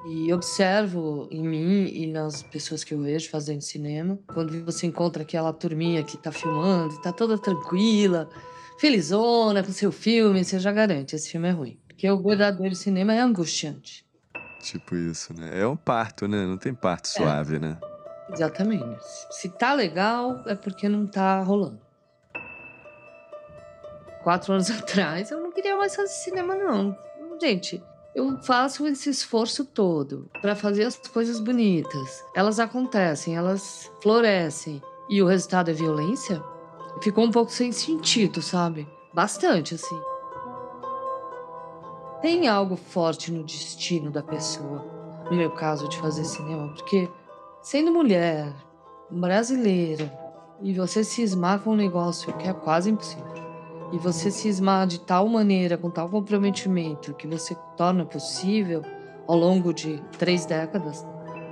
E observo em mim e nas pessoas que eu vejo fazendo cinema, quando você encontra aquela turminha que tá filmando, tá toda tranquila, felizona com seu filme, você já garante, esse filme é ruim. Porque o verdadeiro cinema é angustiante. Tipo isso, né? É um parto, né? Não tem parto É, suave, né? exatamente. Se tá legal, é porque não tá rolando. 4 anos atrás, eu não queria mais fazer cinema, não. Gente, eu faço esse esforço todo para fazer as coisas bonitas. Elas acontecem, elas florescem. E o resultado é violência? Ficou um pouco sem sentido, sabe? Bastante, assim. Tem algo forte no destino da pessoa, no meu caso, de fazer cinema, porque sendo mulher, brasileira, e você cismar com um negócio que é quase impossível. E você cismar de tal maneira, com tal comprometimento, que você torna possível ao longo de 3 décadas.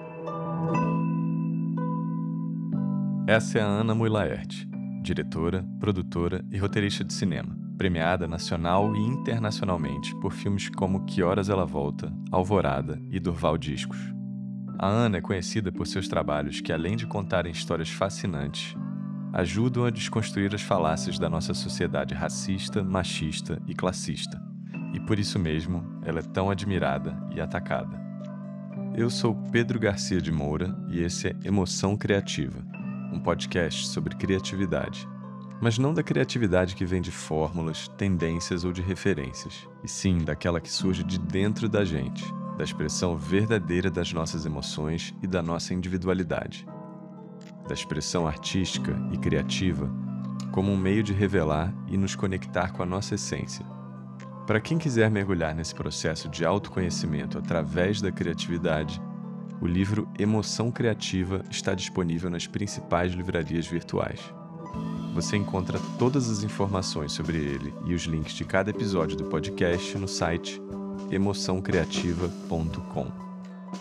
Essa é a Ana Mui Laerte, diretora, produtora e roteirista de cinema, premiada nacional e internacionalmente por filmes como Que Horas Ela Volta, Alvorada e Durval Discos. A Ana é conhecida por seus trabalhos que, além de contarem histórias fascinantes, ajudam a desconstruir as falácias da nossa sociedade racista, machista e classista. E por isso mesmo, ela é tão admirada e atacada. Eu sou Pedro Garcia de Moura e esse é Emoção Criativa, um podcast sobre criatividade. Mas não da criatividade que vem de fórmulas, tendências ou de referências, e sim daquela que surge de dentro da gente, da expressão verdadeira das nossas emoções e da nossa individualidade. Da expressão artística e criativa como um meio de revelar e nos conectar com a nossa essência. Para quem quiser mergulhar nesse processo de autoconhecimento através da criatividade, o livro Emoção Criativa está disponível nas principais livrarias virtuais. Você encontra todas as informações sobre ele e os links de cada episódio do podcast no site emoçãocriativa.com.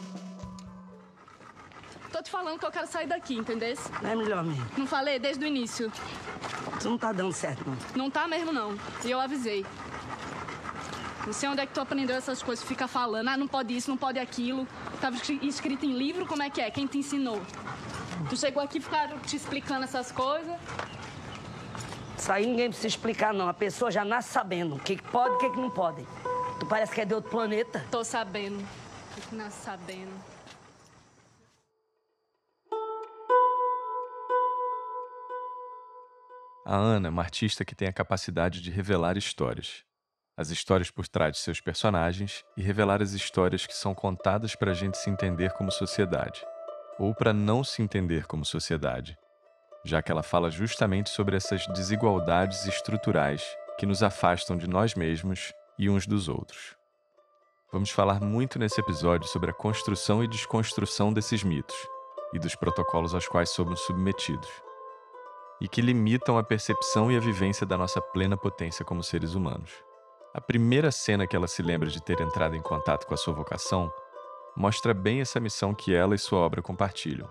Tô te falando que eu quero sair daqui, entendeu? Não é melhor mesmo. Não falei desde o início. Isso não tá dando certo, não. Não tá mesmo, não. E eu avisei. Não sei onde é que tu aprendeu essas coisas, fica falando, não pode isso, não pode aquilo. Tava escrito em livro, como é que é? Quem te ensinou? Tu chegou aqui e ficaram te explicando essas coisas? Isso aí ninguém precisa explicar, não. A pessoa já nasce sabendo o que pode e o que não pode. Tu parece que é de outro planeta. Tô sabendo. Tô nasce sabendo. A Ana é uma artista que tem a capacidade de revelar histórias. As histórias por trás de seus personagens e revelar as histórias que são contadas para a gente se entender como sociedade, ou para não se entender como sociedade, já que ela fala justamente sobre essas desigualdades estruturais que nos afastam de nós mesmos e uns dos outros. Vamos falar muito nesse episódio sobre a construção e desconstrução desses mitos e dos protocolos aos quais somos submetidos, e que limitam a percepção e a vivência da nossa plena potência como seres humanos. A primeira cena que ela se lembra de ter entrado em contato com a sua vocação mostra bem essa missão que ela e sua obra compartilham.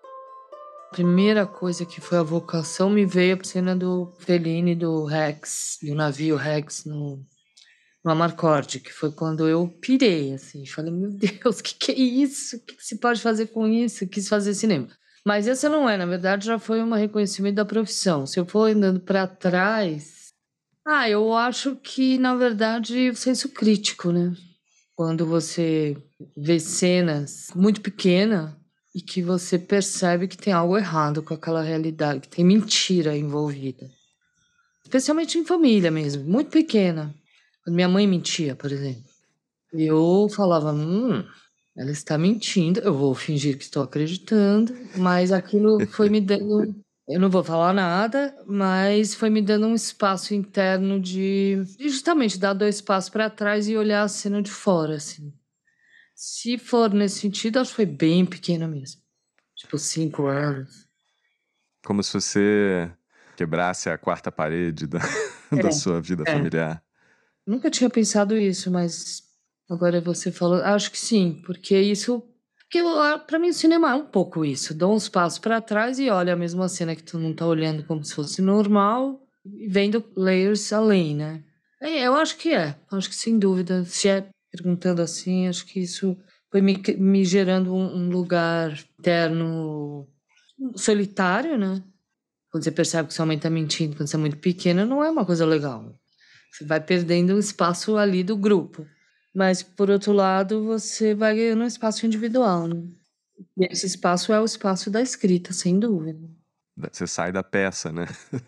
A primeira coisa que foi a vocação me veio a cena do Fellini, do Rex, do navio Rex no Amarcord, que foi quando eu pirei, assim, falei, meu Deus, o que é isso? O que se pode fazer com isso? Quis fazer cinema. Mas essa não é, na verdade, já foi um reconhecimento da profissão. Se eu for andando para trás, eu acho que, na verdade, o senso crítico, né? Quando você vê cenas muito pequenas e que você percebe que tem algo errado com aquela realidade, que tem mentira envolvida. Especialmente em família mesmo, muito pequena. Quando minha mãe mentia, por exemplo. Eu falava, ela está mentindo, eu vou fingir que estou acreditando, mas aquilo foi me dando. Eu não vou falar nada, mas foi me dando um espaço interno de justamente dar 2 passos para trás e olhar a cena de fora, assim. Se for nesse sentido, acho que foi bem pequena mesmo. Tipo, 5 anos. Como se você quebrasse a quarta parede da sua vida É. familiar. Nunca tinha pensado isso, mas agora você falou, acho que sim, porque isso. Porque pra mim o cinema é um pouco isso. Dou uns passos pra trás e olha a mesma cena que tu não tá olhando como se fosse normal, e vendo layers além, né? Eu acho que é. Acho que sem dúvida. Se é perguntando assim, acho que isso foi me gerando um lugar interno solitário, né? Quando você percebe que sua mãe tá mentindo quando você é muito pequena, não é uma coisa legal. Você vai perdendo o espaço ali do grupo. Mas, por outro lado, você vai ganhando um espaço individual, né? E esse espaço é o espaço da escrita, sem dúvida. Você sai da peça, né?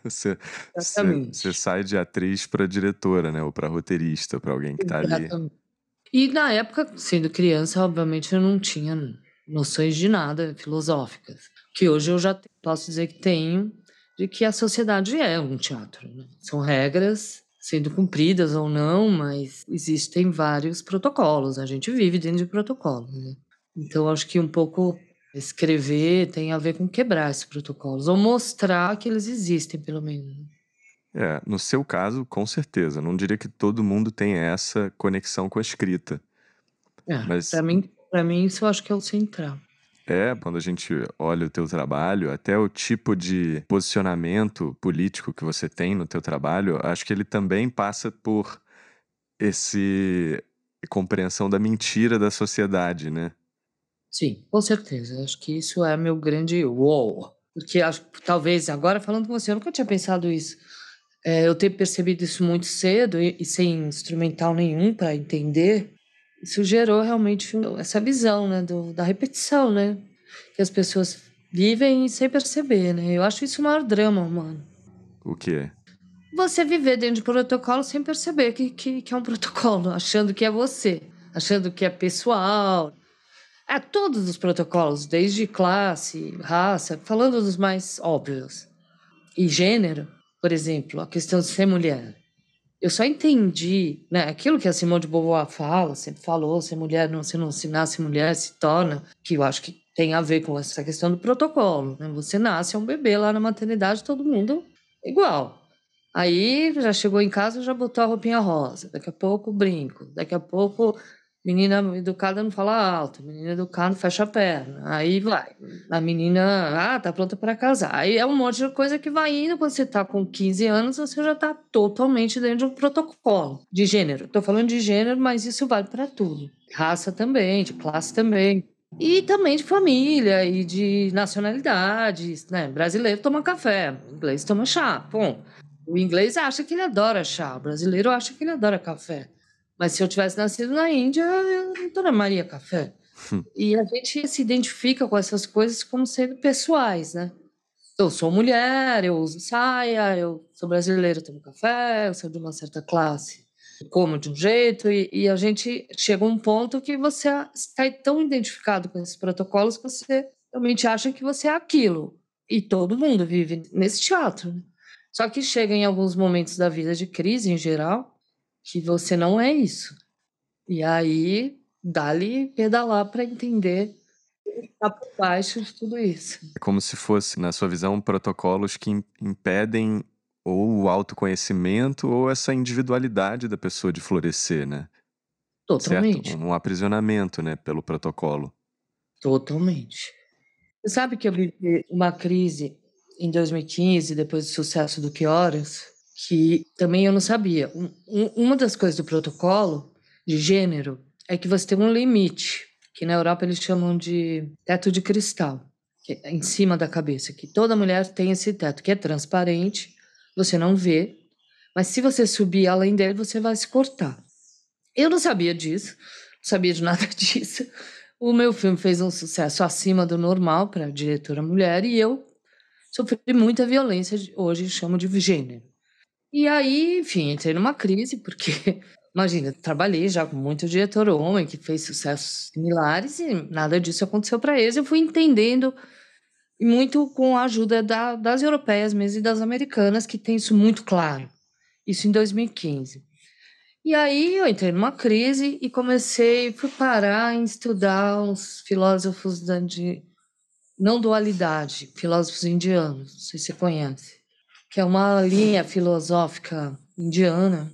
Você Exatamente. sai de atriz para diretora, né? Ou para roteirista, para alguém que tá ali. Exatamente. E na época, sendo criança, obviamente eu não tinha noções de nada filosóficas. Que hoje eu já posso dizer que tenho, de que a sociedade é um teatro, né? São regras sendo cumpridas ou não, mas existem vários protocolos. A gente vive dentro de protocolos, né? Então acho que um pouco escrever tem a ver com quebrar esses protocolos, ou mostrar que eles existem, pelo menos. No seu caso, com certeza. Não diria que todo mundo tem essa conexão com a escrita. Mas Para mim isso eu acho que é o central. quando a gente olha o teu trabalho, até o tipo de posicionamento político que você tem no teu trabalho, acho que ele também passa por esse compreensão da mentira da sociedade, né? Sim, com certeza. Acho que isso é meu grande uou. Porque acho que talvez, agora falando com você, eu nunca tinha pensado isso. Eu ter percebido isso muito cedo e sem instrumental nenhum para entender, isso gerou realmente essa visão, né, da repetição, né? Que as pessoas vivem sem perceber, né? Eu acho isso o maior drama humano. O quê? Você viver dentro de protocolo sem perceber que é um protocolo, achando que é você, achando que é pessoal. Todos os protocolos, desde classe, raça, falando dos mais óbvios. E gênero, por exemplo, a questão de ser mulher. Eu só entendi, né, aquilo que a Simone de Beauvoir fala, sempre falou, ser mulher, não, você não se nasce mulher, se torna, que eu acho que tem a ver com essa questão do protocolo, né? Você nasce, é um bebê lá na maternidade, todo mundo igual. Aí já chegou em casa, já botou a roupinha rosa, daqui a pouco brinco, daqui a pouco menina educada não fala alto, menina educada não fecha a perna, aí vai. A menina, tá pronta para casar. Aí é um monte de coisa que vai indo, quando você tá com 15 anos, você já tá totalmente dentro de um protocolo de gênero. Tô falando de gênero, mas isso vale para tudo. Raça também, de classe também. E também de família e de nacionalidades, né? Brasileiro toma café, inglês toma chá, bom. O inglês acha que ele adora chá, o brasileiro acha que ele adora café. Mas se eu tivesse nascido na Índia, eu não tomaria café. E a gente se identifica com essas coisas como sendo pessoais, né? Eu sou mulher, eu uso saia, eu sou brasileiro, tomo café, eu sou de uma certa classe, eu como de um jeito, e a gente chega a um ponto que você está tão identificado com esses protocolos que você realmente acha que você é aquilo. E todo mundo vive nesse teatro, né? Só que chega em alguns momentos da vida de crise, em geral, que você não é isso. E aí, dá-lhe pedalar para entender o que está por baixo de tudo isso. É como se fosse, na sua visão, protocolos que impedem ou o autoconhecimento ou essa individualidade da pessoa de florescer, né? Certo? Totalmente, Um aprisionamento, né, pelo protocolo. totalmente. Você sabe que eu vivi uma crise em 2015, depois do sucesso do Que Horas, que também eu não sabia. Uma das coisas do protocolo de gênero é que você tem um limite, que na Europa eles chamam de teto de cristal, que é em cima da cabeça, que toda mulher tem esse teto, que é transparente, você não vê, mas se você subir além dele, você vai se cortar. Eu não sabia disso, não sabia de nada disso. O meu filme fez um sucesso acima do normal para a diretora mulher e eu sofri muita violência, hoje chamo de gênero. E aí, enfim, entrei numa crise, porque, imagina, trabalhei já com muito diretor homem que fez sucessos similares e nada disso aconteceu para eles. Eu fui entendendo, e muito com a ajuda das europeias mesmo e das americanas, que tem isso muito claro. Isso em 2015. E aí eu entrei numa crise e fui parar em estudar uns filósofos de não dualidade, filósofos indianos, não sei se você conhece, que é uma linha filosófica indiana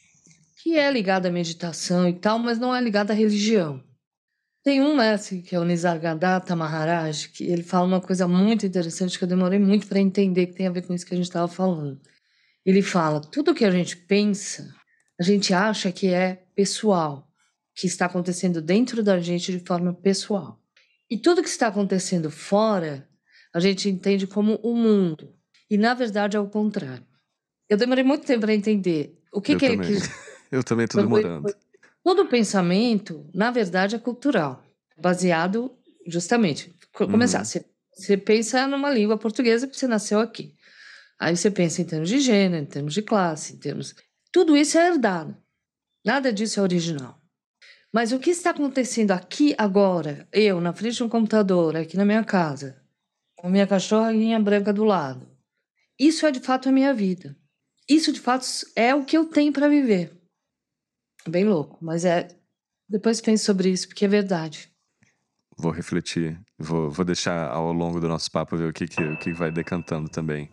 que é ligada à meditação e tal, mas não é ligada à religião. Tem um mestre, que é o Nisargadatta Maharaj, que ele fala uma coisa muito interessante que eu demorei muito para entender, que tem a ver com isso que a gente estava falando. Ele fala, tudo que a gente pensa, a gente acha que é pessoal. que está acontecendo dentro da gente de forma pessoal. E tudo que está acontecendo fora, a gente entende como o mundo. E, na verdade, é o contrário. Eu demorei muito tempo para entender o que Eu que ele também. quis. Eu também tô demorando. Todo pensamento, na verdade, é cultural, baseado justamente. Começar, Uhum. você pensa numa língua portuguesa porque você nasceu aqui. Aí você pensa em termos de gênero, em termos de classe, em termos. Tudo isso é herdado. Nada disso é original. Mas o que está acontecendo aqui agora, eu, na frente de um computador, aqui na minha casa, com a minha cachorrinha branca do lado, isso é de fato a minha vida. Isso de fato é o que eu tenho para viver. Bem louco, mas é. Depois pense sobre isso, porque é verdade. Vou refletir. Vou deixar ao longo do nosso papo ver o que vai decantando também.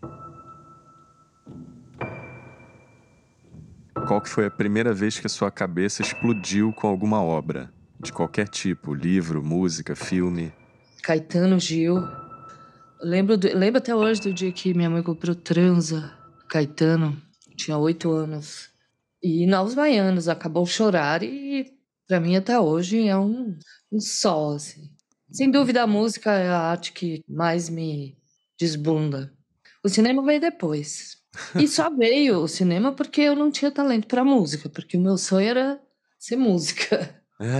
Qual que foi a primeira vez que a sua cabeça explodiu com alguma obra? De qualquer tipo, livro, música, filme. Caetano, Gil. Lembro até hoje do dia que minha mãe comprou Transa. Caetano, tinha 8 anos. E Novos Baianos, Acabou Chorar, e para mim até hoje é um sol, assim. Sem dúvida, a música é a arte que mais me desbunda. O cinema veio depois. E só veio o cinema porque eu não tinha talento para música, porque o meu sonho era ser música.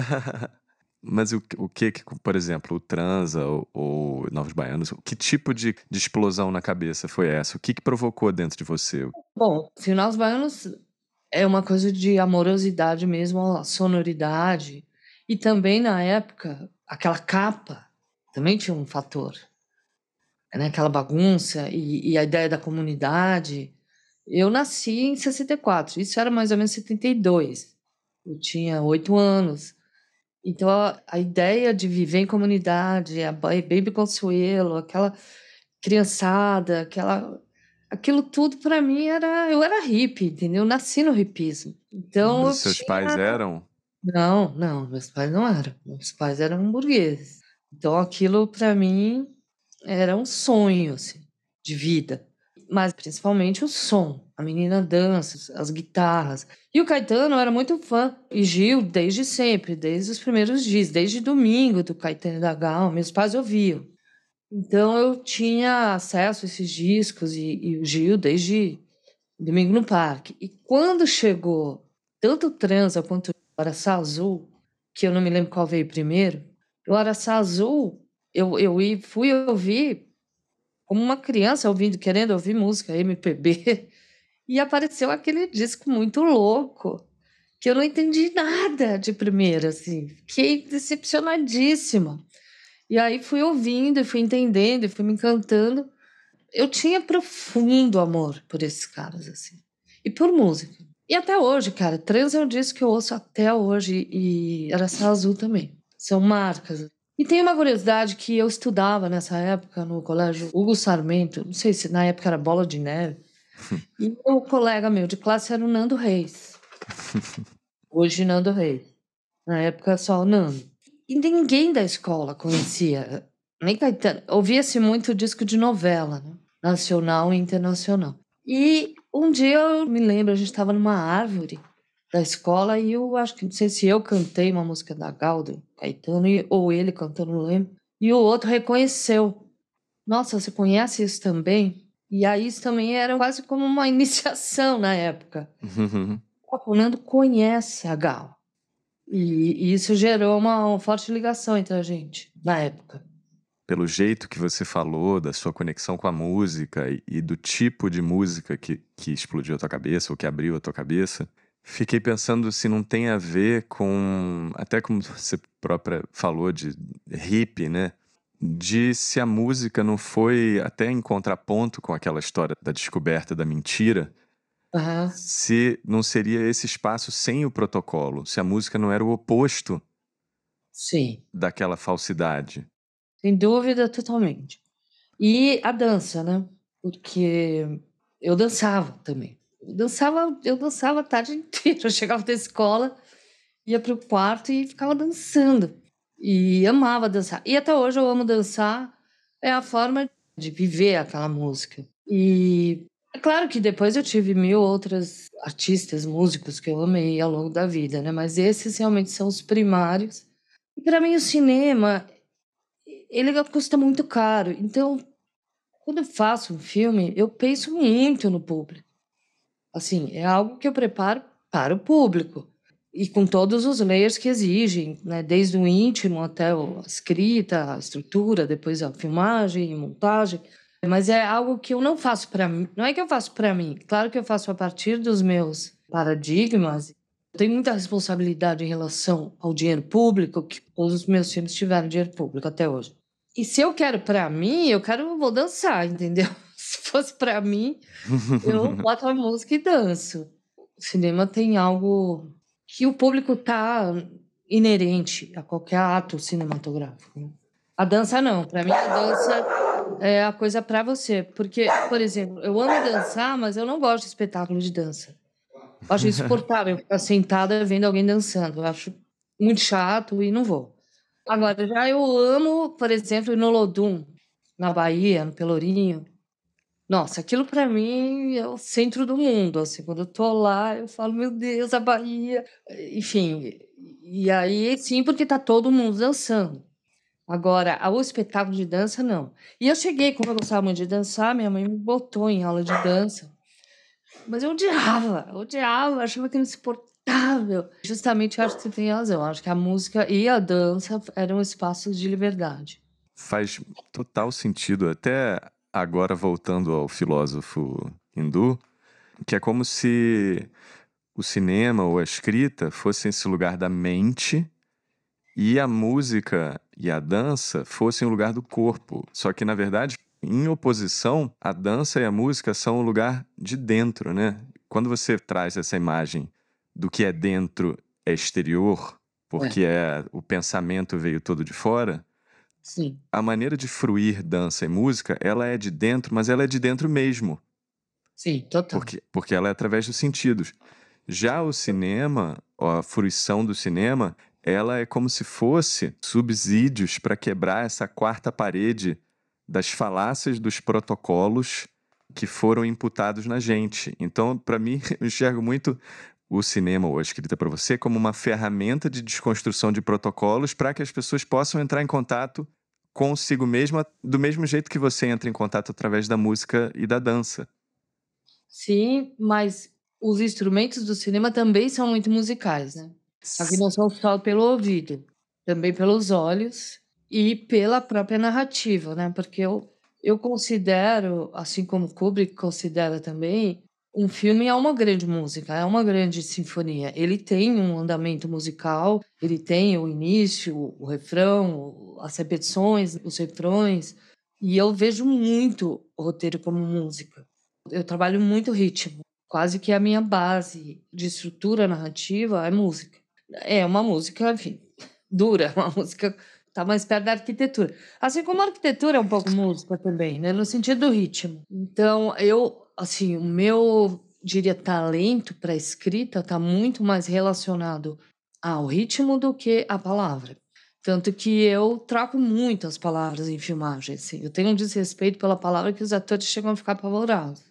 Mas o que, por exemplo, o Transa ou Novos Baianos, que tipo de explosão na cabeça foi essa? O que provocou dentro de você? Bom, Final dos Baianos é uma coisa de amorosidade mesmo, a sonoridade. E também, na época, aquela capa também tinha um fator, né? Aquela bagunça e a ideia da comunidade. Eu nasci em 64, isso era mais ou menos 72. Eu tinha 8 anos. Então, a ideia de viver em comunidade, a Baby Consuelo, aquela criançada, aquilo tudo para mim era. Eu era hippie, entendeu? Eu nasci no hippismo. Então, Mas eu os seus pais tinha. eram? Não, não, meus pais não eram. Meus pais eram burgueses. Então, aquilo para mim era um sonho, assim, de vida. Mas principalmente o som. A menina dança, as guitarras. E o Caetano eu era muito fã. E Gil, desde sempre, desde os primeiros dias, desde domingo do Caetano e da Gal, meus pais ouviam. Então eu tinha acesso a esses discos e o Gil desde Domingo no Parque. E quando chegou tanto o Transa quanto o Araçá Azul, que eu não me lembro qual veio primeiro, o Araçá Azul fui ouvir como uma criança ouvindo, querendo ouvir música MPB, e apareceu aquele disco muito louco, que eu não entendi nada de primeira, assim. Fiquei decepcionadíssima. E aí fui ouvindo, fui entendendo, fui me encantando. Eu tinha profundo amor por esses caras, assim. E por música. E até hoje, cara, Trans é um disco que eu ouço até hoje e Araçá Azul também. São marcas. E tem uma curiosidade que eu estudava nessa época no colégio Hugo Sarmento, não sei se na época era Bola de Neve, e o colega meu de classe era o Nando Reis. Hoje Nando Reis. Na época só o Nando. E ninguém da escola conhecia, nem Caetano. Ouvia-se muito disco de novela, né? Nacional e internacional. E um dia eu me lembro, a gente estava numa árvore da escola e eu acho que, não sei se eu cantei uma música da Gal, do Caetano, ou ele cantando, não lembro. E o outro reconheceu. Nossa, você conhece isso também? E aí isso também era quase como uma iniciação na época. O Nando conhece a Gal. E isso gerou uma forte ligação entre a gente, na época. Pelo jeito que você falou, da sua conexão com a música e do tipo de música que explodiu a tua cabeça ou que abriu a tua cabeça, fiquei pensando se não tem a ver com, até como você própria falou, de hippie, né? De se a música não foi até em contraponto com aquela história da descoberta da mentira, Aham. se não seria esse espaço sem o protocolo, se a música não era o oposto Sim, daquela falsidade. sem dúvida, totalmente. E a dança, né? Porque eu dançava também. Eu dançava a tarde inteira. Eu chegava da escola, ia para o quarto e ficava dançando. E amava dançar. E até hoje eu amo dançar. É a forma de viver aquela música. E É claro que depois eu tive 1000 outras artistas, músicos que eu amei ao longo da vida, né, mas esses realmente são os primários. E para mim o cinema, ele custa muito caro, então quando eu faço um filme, eu penso muito no público. Assim, é algo que eu preparo para o público e com todos os layers que exigem, né, desde o íntimo até a escrita, a estrutura, depois a filmagem, montagem. Mas é algo que eu não faço para mim. Não é que eu faço para mim. Claro que eu faço a partir dos meus paradigmas. Eu tenho muita responsabilidade em relação ao dinheiro público, que todos os meus filmes tiveram dinheiro público até hoje. E se eu quero para mim, eu vou dançar, entendeu? Se fosse para mim, eu boto a música e danço. O cinema tem algo que o público tá inerente a qualquer ato cinematográfico, né? A dança não, para mim a dança é a coisa para você, porque, por exemplo, eu amo dançar, mas eu não gosto de espetáculo de dança. Eu acho insuportável ficar sentada vendo alguém dançando, eu acho muito chato e não vou. Agora, já eu amo, por exemplo, ir no Olodum, na Bahia, no Pelourinho. Nossa, aquilo para mim é o centro do mundo, assim, quando eu tô lá, eu falo: "Meu Deus, a Bahia", enfim, e aí sim, porque tá todo mundo dançando. Agora, o espetáculo de dança, não. E eu cheguei, como eu gostava muito de dançar, minha mãe me botou em aula de dança, mas eu odiava, achava aquilo insuportável. Justamente, eu acho que você tem razão, acho que a música e a dança eram espaços de liberdade. Faz total sentido, até agora voltando ao filósofo hindu, que é como se o cinema ou a escrita fossem esse lugar da mente e a música e a dança fossem o lugar do corpo. Só que, na verdade, em oposição, a dança e a música são o lugar de dentro, né? Quando você traz essa imagem do que é dentro é exterior, É, porque o pensamento veio todo de fora, sim, a maneira de fruir dança e música, ela é de dentro, mas ela é de dentro mesmo, sim, total. porque ela é através dos sentidos. Já o cinema, a fruição do cinema, ela é como se fosse subsídios para quebrar essa quarta parede das falácias dos protocolos que foram imputados na gente. Então, para mim, eu enxergo muito o cinema ou a escrita para você como uma ferramenta de desconstrução de protocolos para que as pessoas possam entrar em contato consigo mesma do mesmo jeito que você entra em contato através da música e da dança. Sim, mas os instrumentos do cinema também são muito musicais, né. Só que não são só pelo ouvido, também pelos olhos e pela própria narrativa, né, porque eu considero, assim como Kubrick considera também, um filme é uma grande música, é uma grande sinfonia. Ele tem um andamento musical, ele tem o início, o refrão, as repetições, os refrões, e eu vejo muito o roteiro como música. Eu trabalho muito ritmo, quase que a minha base de estrutura narrativa é música. É uma música, enfim, dura, uma música tá mais perto da arquitetura. Assim como a arquitetura é um pouco música também, né, no sentido do ritmo. Então eu, assim, o meu, diria, talento para escrita tá muito mais relacionado ao ritmo do que à palavra. Tanto que eu troco muito as palavras em filmagem, assim, eu tenho um desrespeito pela palavra que os atores chegam a ficar apavorados.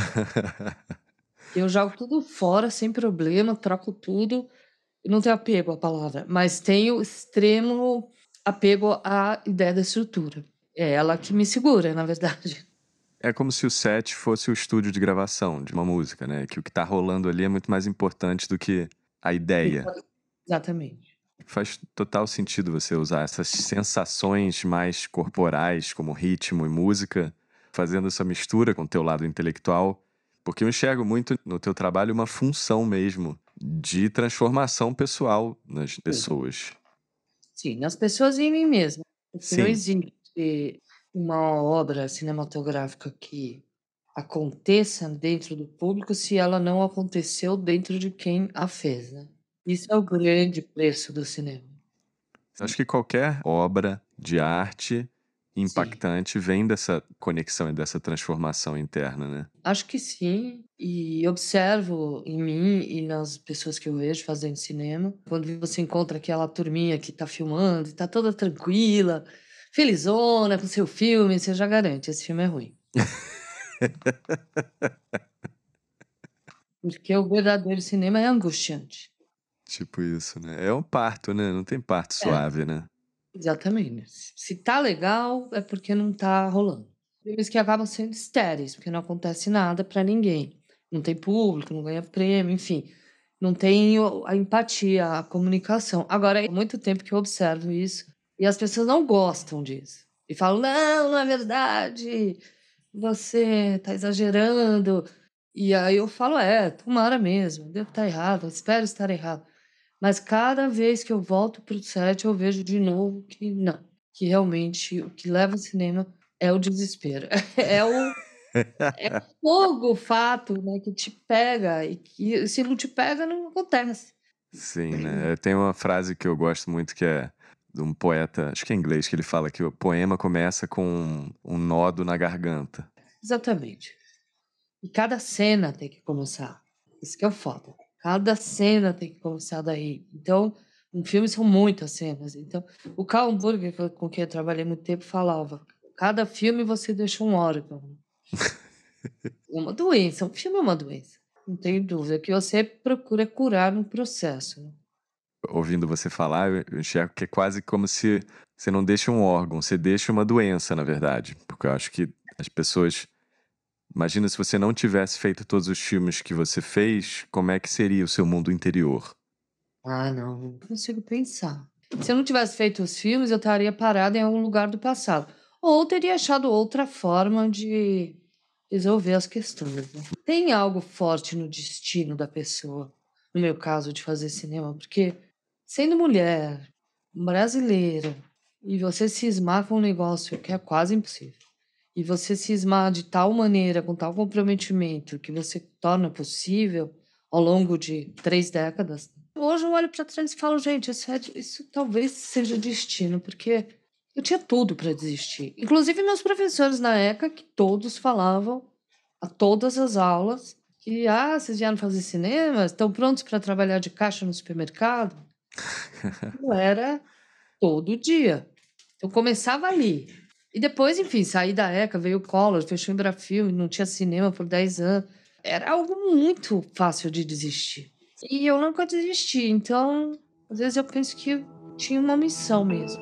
Eu jogo tudo fora sem problema, troco tudo e não tenho apego à palavra, mas tenho extremo apego à ideia da estrutura. É ela que me segura, na verdade. É como se o set fosse o estúdio de gravação de uma música, né? Que o que tá rolando ali é muito mais importante do que a ideia. Exatamente. Faz total sentido você usar essas sensações mais corporais, como ritmo e música, fazendo essa mistura com o teu lado intelectual, porque eu enxergo muito no teu trabalho uma função mesmo de transformação pessoal nas Sim. pessoas. Sim, nas pessoas e em mim mesma, porque não Sim, existe uma obra cinematográfica que aconteça dentro do público se ela não aconteceu dentro de quem a fez, né. Isso é o grande preço do cinema. acho que qualquer obra de arte Sim. impactante vem dessa conexão e dessa transformação interna, né? Acho que sim, e observo em mim e nas pessoas que eu vejo fazendo cinema, quando você encontra aquela turminha que tá filmando e tá toda tranquila, felizona com seu filme, você já garante, esse filme é ruim. Porque o verdadeiro cinema é angustiante. Tipo isso, né? É um parto, né? Não tem parto É, suave, né? exatamente. Se tá legal, é porque não tá rolando. Filmes que acabam sendo estéreis, porque não acontece nada pra ninguém. Não tem público, não ganha prêmio, enfim. Não tem a empatia, a comunicação. Agora, há muito tempo que eu observo isso e as pessoas não gostam disso. E falam: não, não é verdade, você tá exagerando. E aí eu falo: é, tomara mesmo, devo estar errado, espero estar errado. Mas cada vez que eu volto para o set, eu vejo de novo que não, que realmente o que leva ao cinema é o desespero. É o fogo, o fato, né, que te pega e que se não te pega, não acontece. Sim, né? Tem uma frase que eu gosto muito que é de um poeta, acho que é inglês, que ele fala que o poema começa com um nódo na garganta. Exatamente. E cada cena tem que começar. Isso que é o foda. Cada cena tem que começar daí. Então, um filme são muitas cenas. Então, o Karl Burger, com quem eu trabalhei muito tempo, falava: cada filme você deixa um órgão. Uma doença, um filme é uma doença. Não tenho dúvida que você procura curar no processo, né. Ouvindo você falar, eu enxergo que é quase como se você não deixa um órgão, você deixa uma doença, na verdade. Porque eu acho que as pessoas. Imagina se você não tivesse feito todos os filmes que você fez, como é que seria o seu mundo interior? Ah, não consigo pensar. Se eu não tivesse feito os filmes, eu estaria parada em algum lugar do passado, ou teria achado outra forma de resolver as questões, né. Tem algo forte no destino da pessoa, no meu caso de fazer cinema, porque sendo mulher, brasileira, e você cismar com um negócio que é quase impossível, e você cismar de tal maneira, com tal comprometimento, que você torna possível ao longo de 3 décadas. Hoje eu olho para trás e falo: "Gente, isso talvez seja destino", porque eu tinha tudo para desistir. Inclusive meus professores na ECA, que todos falavam, a todas as aulas, que: "Ah, vocês vieram fazer cinema? Estão prontos para trabalhar de caixa no supermercado?". Eu era todo dia. Eu começava ali. E depois, enfim, saí da ECA, veio o Collor, fechou o Embrafilme, não tinha cinema por 10 anos. Era algo muito fácil de desistir. E eu nunca desisti, então, às vezes eu penso que eu tinha uma missão mesmo.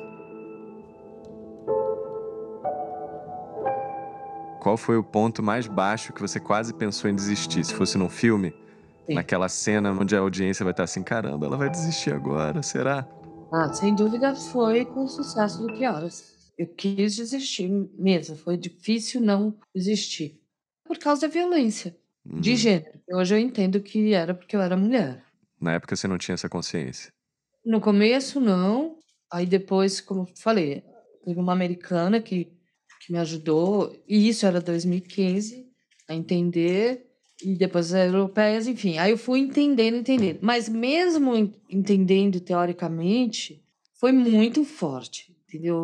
Qual foi o ponto mais baixo que você quase pensou em desistir? Se fosse num filme, Sim. naquela cena onde a audiência vai estar assim: caramba, ela vai desistir agora, será? Ah, sem dúvida foi com o sucesso do Que Horas. Eu quis desistir mesmo, foi difícil não desistir. Por causa da violência de Uhum. gênero. Hoje eu entendo que era porque eu era mulher. Na época você não tinha essa consciência. No começo, não. Aí depois, como eu falei, teve uma americana que me ajudou, e isso era 2015, a entender, e depois as europeias, enfim. Aí eu fui entendendo, entendendo. Mas mesmo entendendo teoricamente, foi muito forte, entendeu?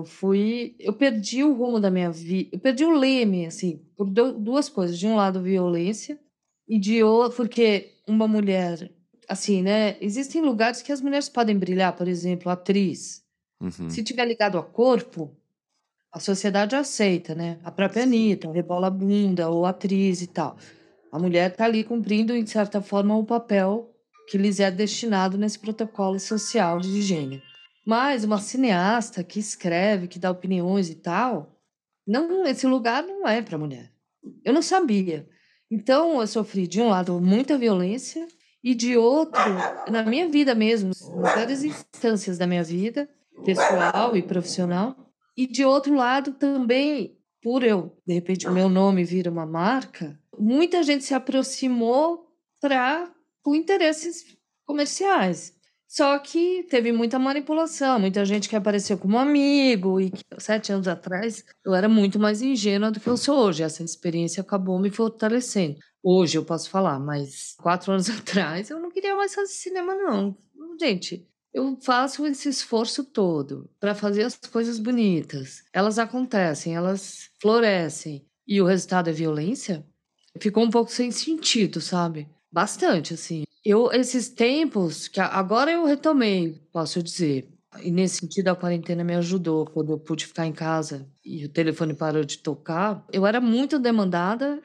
Eu perdi o rumo da minha vida, eu perdi o leme, assim, por duas coisas. De um lado, violência, e de outro, porque uma mulher, assim, né, existem lugares que as mulheres podem brilhar, por exemplo, atriz. Uhum. Se tiver ligado a corpo, a sociedade aceita, né, a própria Sim. Anitta, rebola a bunda ou atriz e tal. A mulher tá ali cumprindo, de certa forma, o papel que lhes é destinado nesse protocolo social de gênero. Mas uma cineasta que escreve, que dá opiniões e tal, não, esse lugar não é para mulher. Eu não sabia. Então eu sofri, de um lado, muita violência e de outro, na minha vida mesmo, em várias instâncias da minha vida, pessoal e profissional. E de outro lado também, por eu, de repente, o meu nome vira uma marca, muita gente se aproximou para com interesses comerciais. Só que teve muita manipulação, muita gente que apareceu como amigo e que 7 anos atrás eu era muito mais ingênua do que eu sou hoje. Essa experiência acabou me fortalecendo. Hoje eu posso falar, mas 4 anos atrás eu não queria mais fazer cinema não. Gente, eu faço esse esforço todo para fazer as coisas bonitas. Elas acontecem, elas florescem e o resultado é violência? Ficou um pouco sem sentido, sabe? Bastante, assim. Eu esses tempos que agora eu retomei, posso dizer. E nesse sentido a quarentena me ajudou, quando eu pude ficar em casa e o telefone parou de tocar. Eu era muito demandada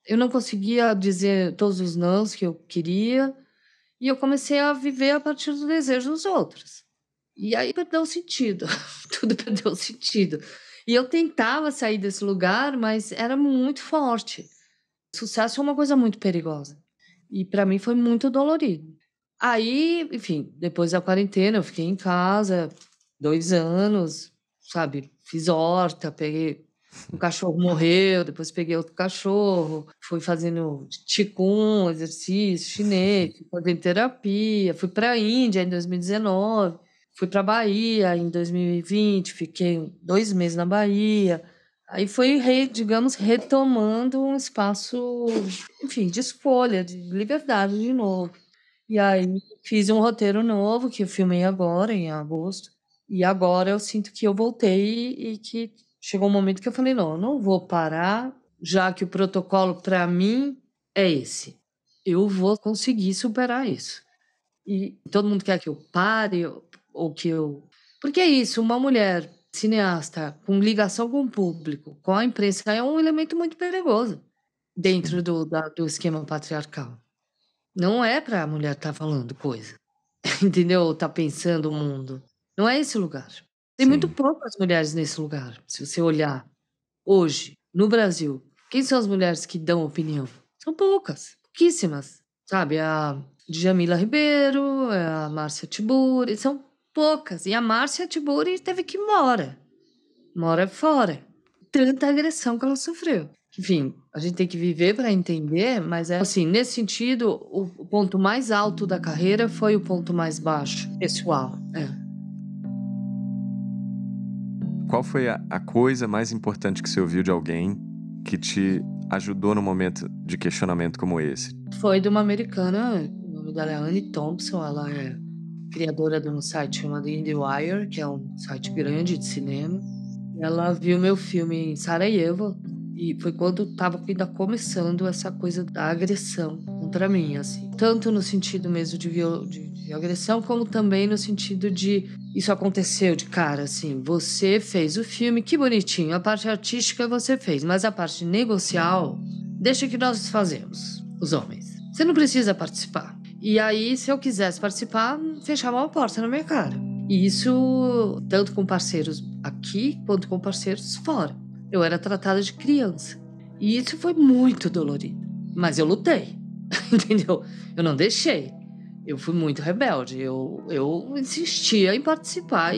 eu não conseguia dizer todos os nãos que eu queria, e eu comecei a viver a partir do desejo dos outros. E aí perdeu o sentido, tudo perdeu o sentido. E eu tentava sair desse lugar, mas era muito forte. Sucesso é uma coisa muito perigosa. E para mim foi muito dolorido. Aí, enfim, depois da quarentena, eu fiquei em casa 2 anos, sabe? Fiz horta, peguei. Um cachorro morreu, depois peguei outro cachorro, fui fazendo qigong, exercício chinês, fui fazendo terapia, fui para a Índia em 2019, fui para a Bahia em 2020, fiquei 2 meses na Bahia. Aí foi, digamos, retomando um espaço, enfim, de escolha, de liberdade de novo. E aí fiz um roteiro novo que eu filmei agora, em agosto. E agora eu sinto que eu voltei e que chegou um momento que eu falei, não, eu não vou parar, já que o protocolo para mim é esse. Eu vou conseguir superar isso. E todo mundo quer que eu pare ou que eu... Porque é isso, uma mulher cineasta com ligação com o público, com a imprensa, é um elemento muito perigoso dentro do esquema patriarcal. Não é para a mulher estar falando coisa, entendeu? Ou estar pensando o mundo. Não é esse lugar. Tem muito Sim. poucas mulheres nesse lugar. Se você olhar hoje, no Brasil, quem são as mulheres que dão opinião? São poucas, pouquíssimas. Sabe, a Djamila Ribeiro, a Márcia Tiburi, são poucas. E a Márcia Tiburi teve que ir embora. Mora fora. Tanta agressão que ela sofreu. Enfim, a gente tem que viver para entender, mas é assim, nesse sentido, o ponto mais alto da carreira foi o ponto mais baixo, pessoal. Qual foi a coisa mais importante que você ouviu de alguém que te ajudou num momento de questionamento como esse? Foi de uma americana, o nome dela é Annie Thompson, ela é criadora de um site chamado IndieWire, que é um site grande de cinema. Ela viu meu filme em Sarajevo e foi quando estava ainda começando essa coisa da agressão contra mim, assim. Tanto no sentido mesmo de agressão, como também no sentido de isso aconteceu de cara, assim. Você fez o filme, que bonitinho, a parte artística você fez, mas a parte negocial, deixa que nós fazemos, os homens. Você não precisa participar. E aí, se eu quisesse participar, fechava uma porta na minha cara. E isso, tanto com parceiros aqui, quanto com parceiros fora. Eu era tratada de criança. E isso foi muito dolorido. Mas eu lutei, entendeu? Eu não deixei. Eu fui muito rebelde. Eu insistia em participar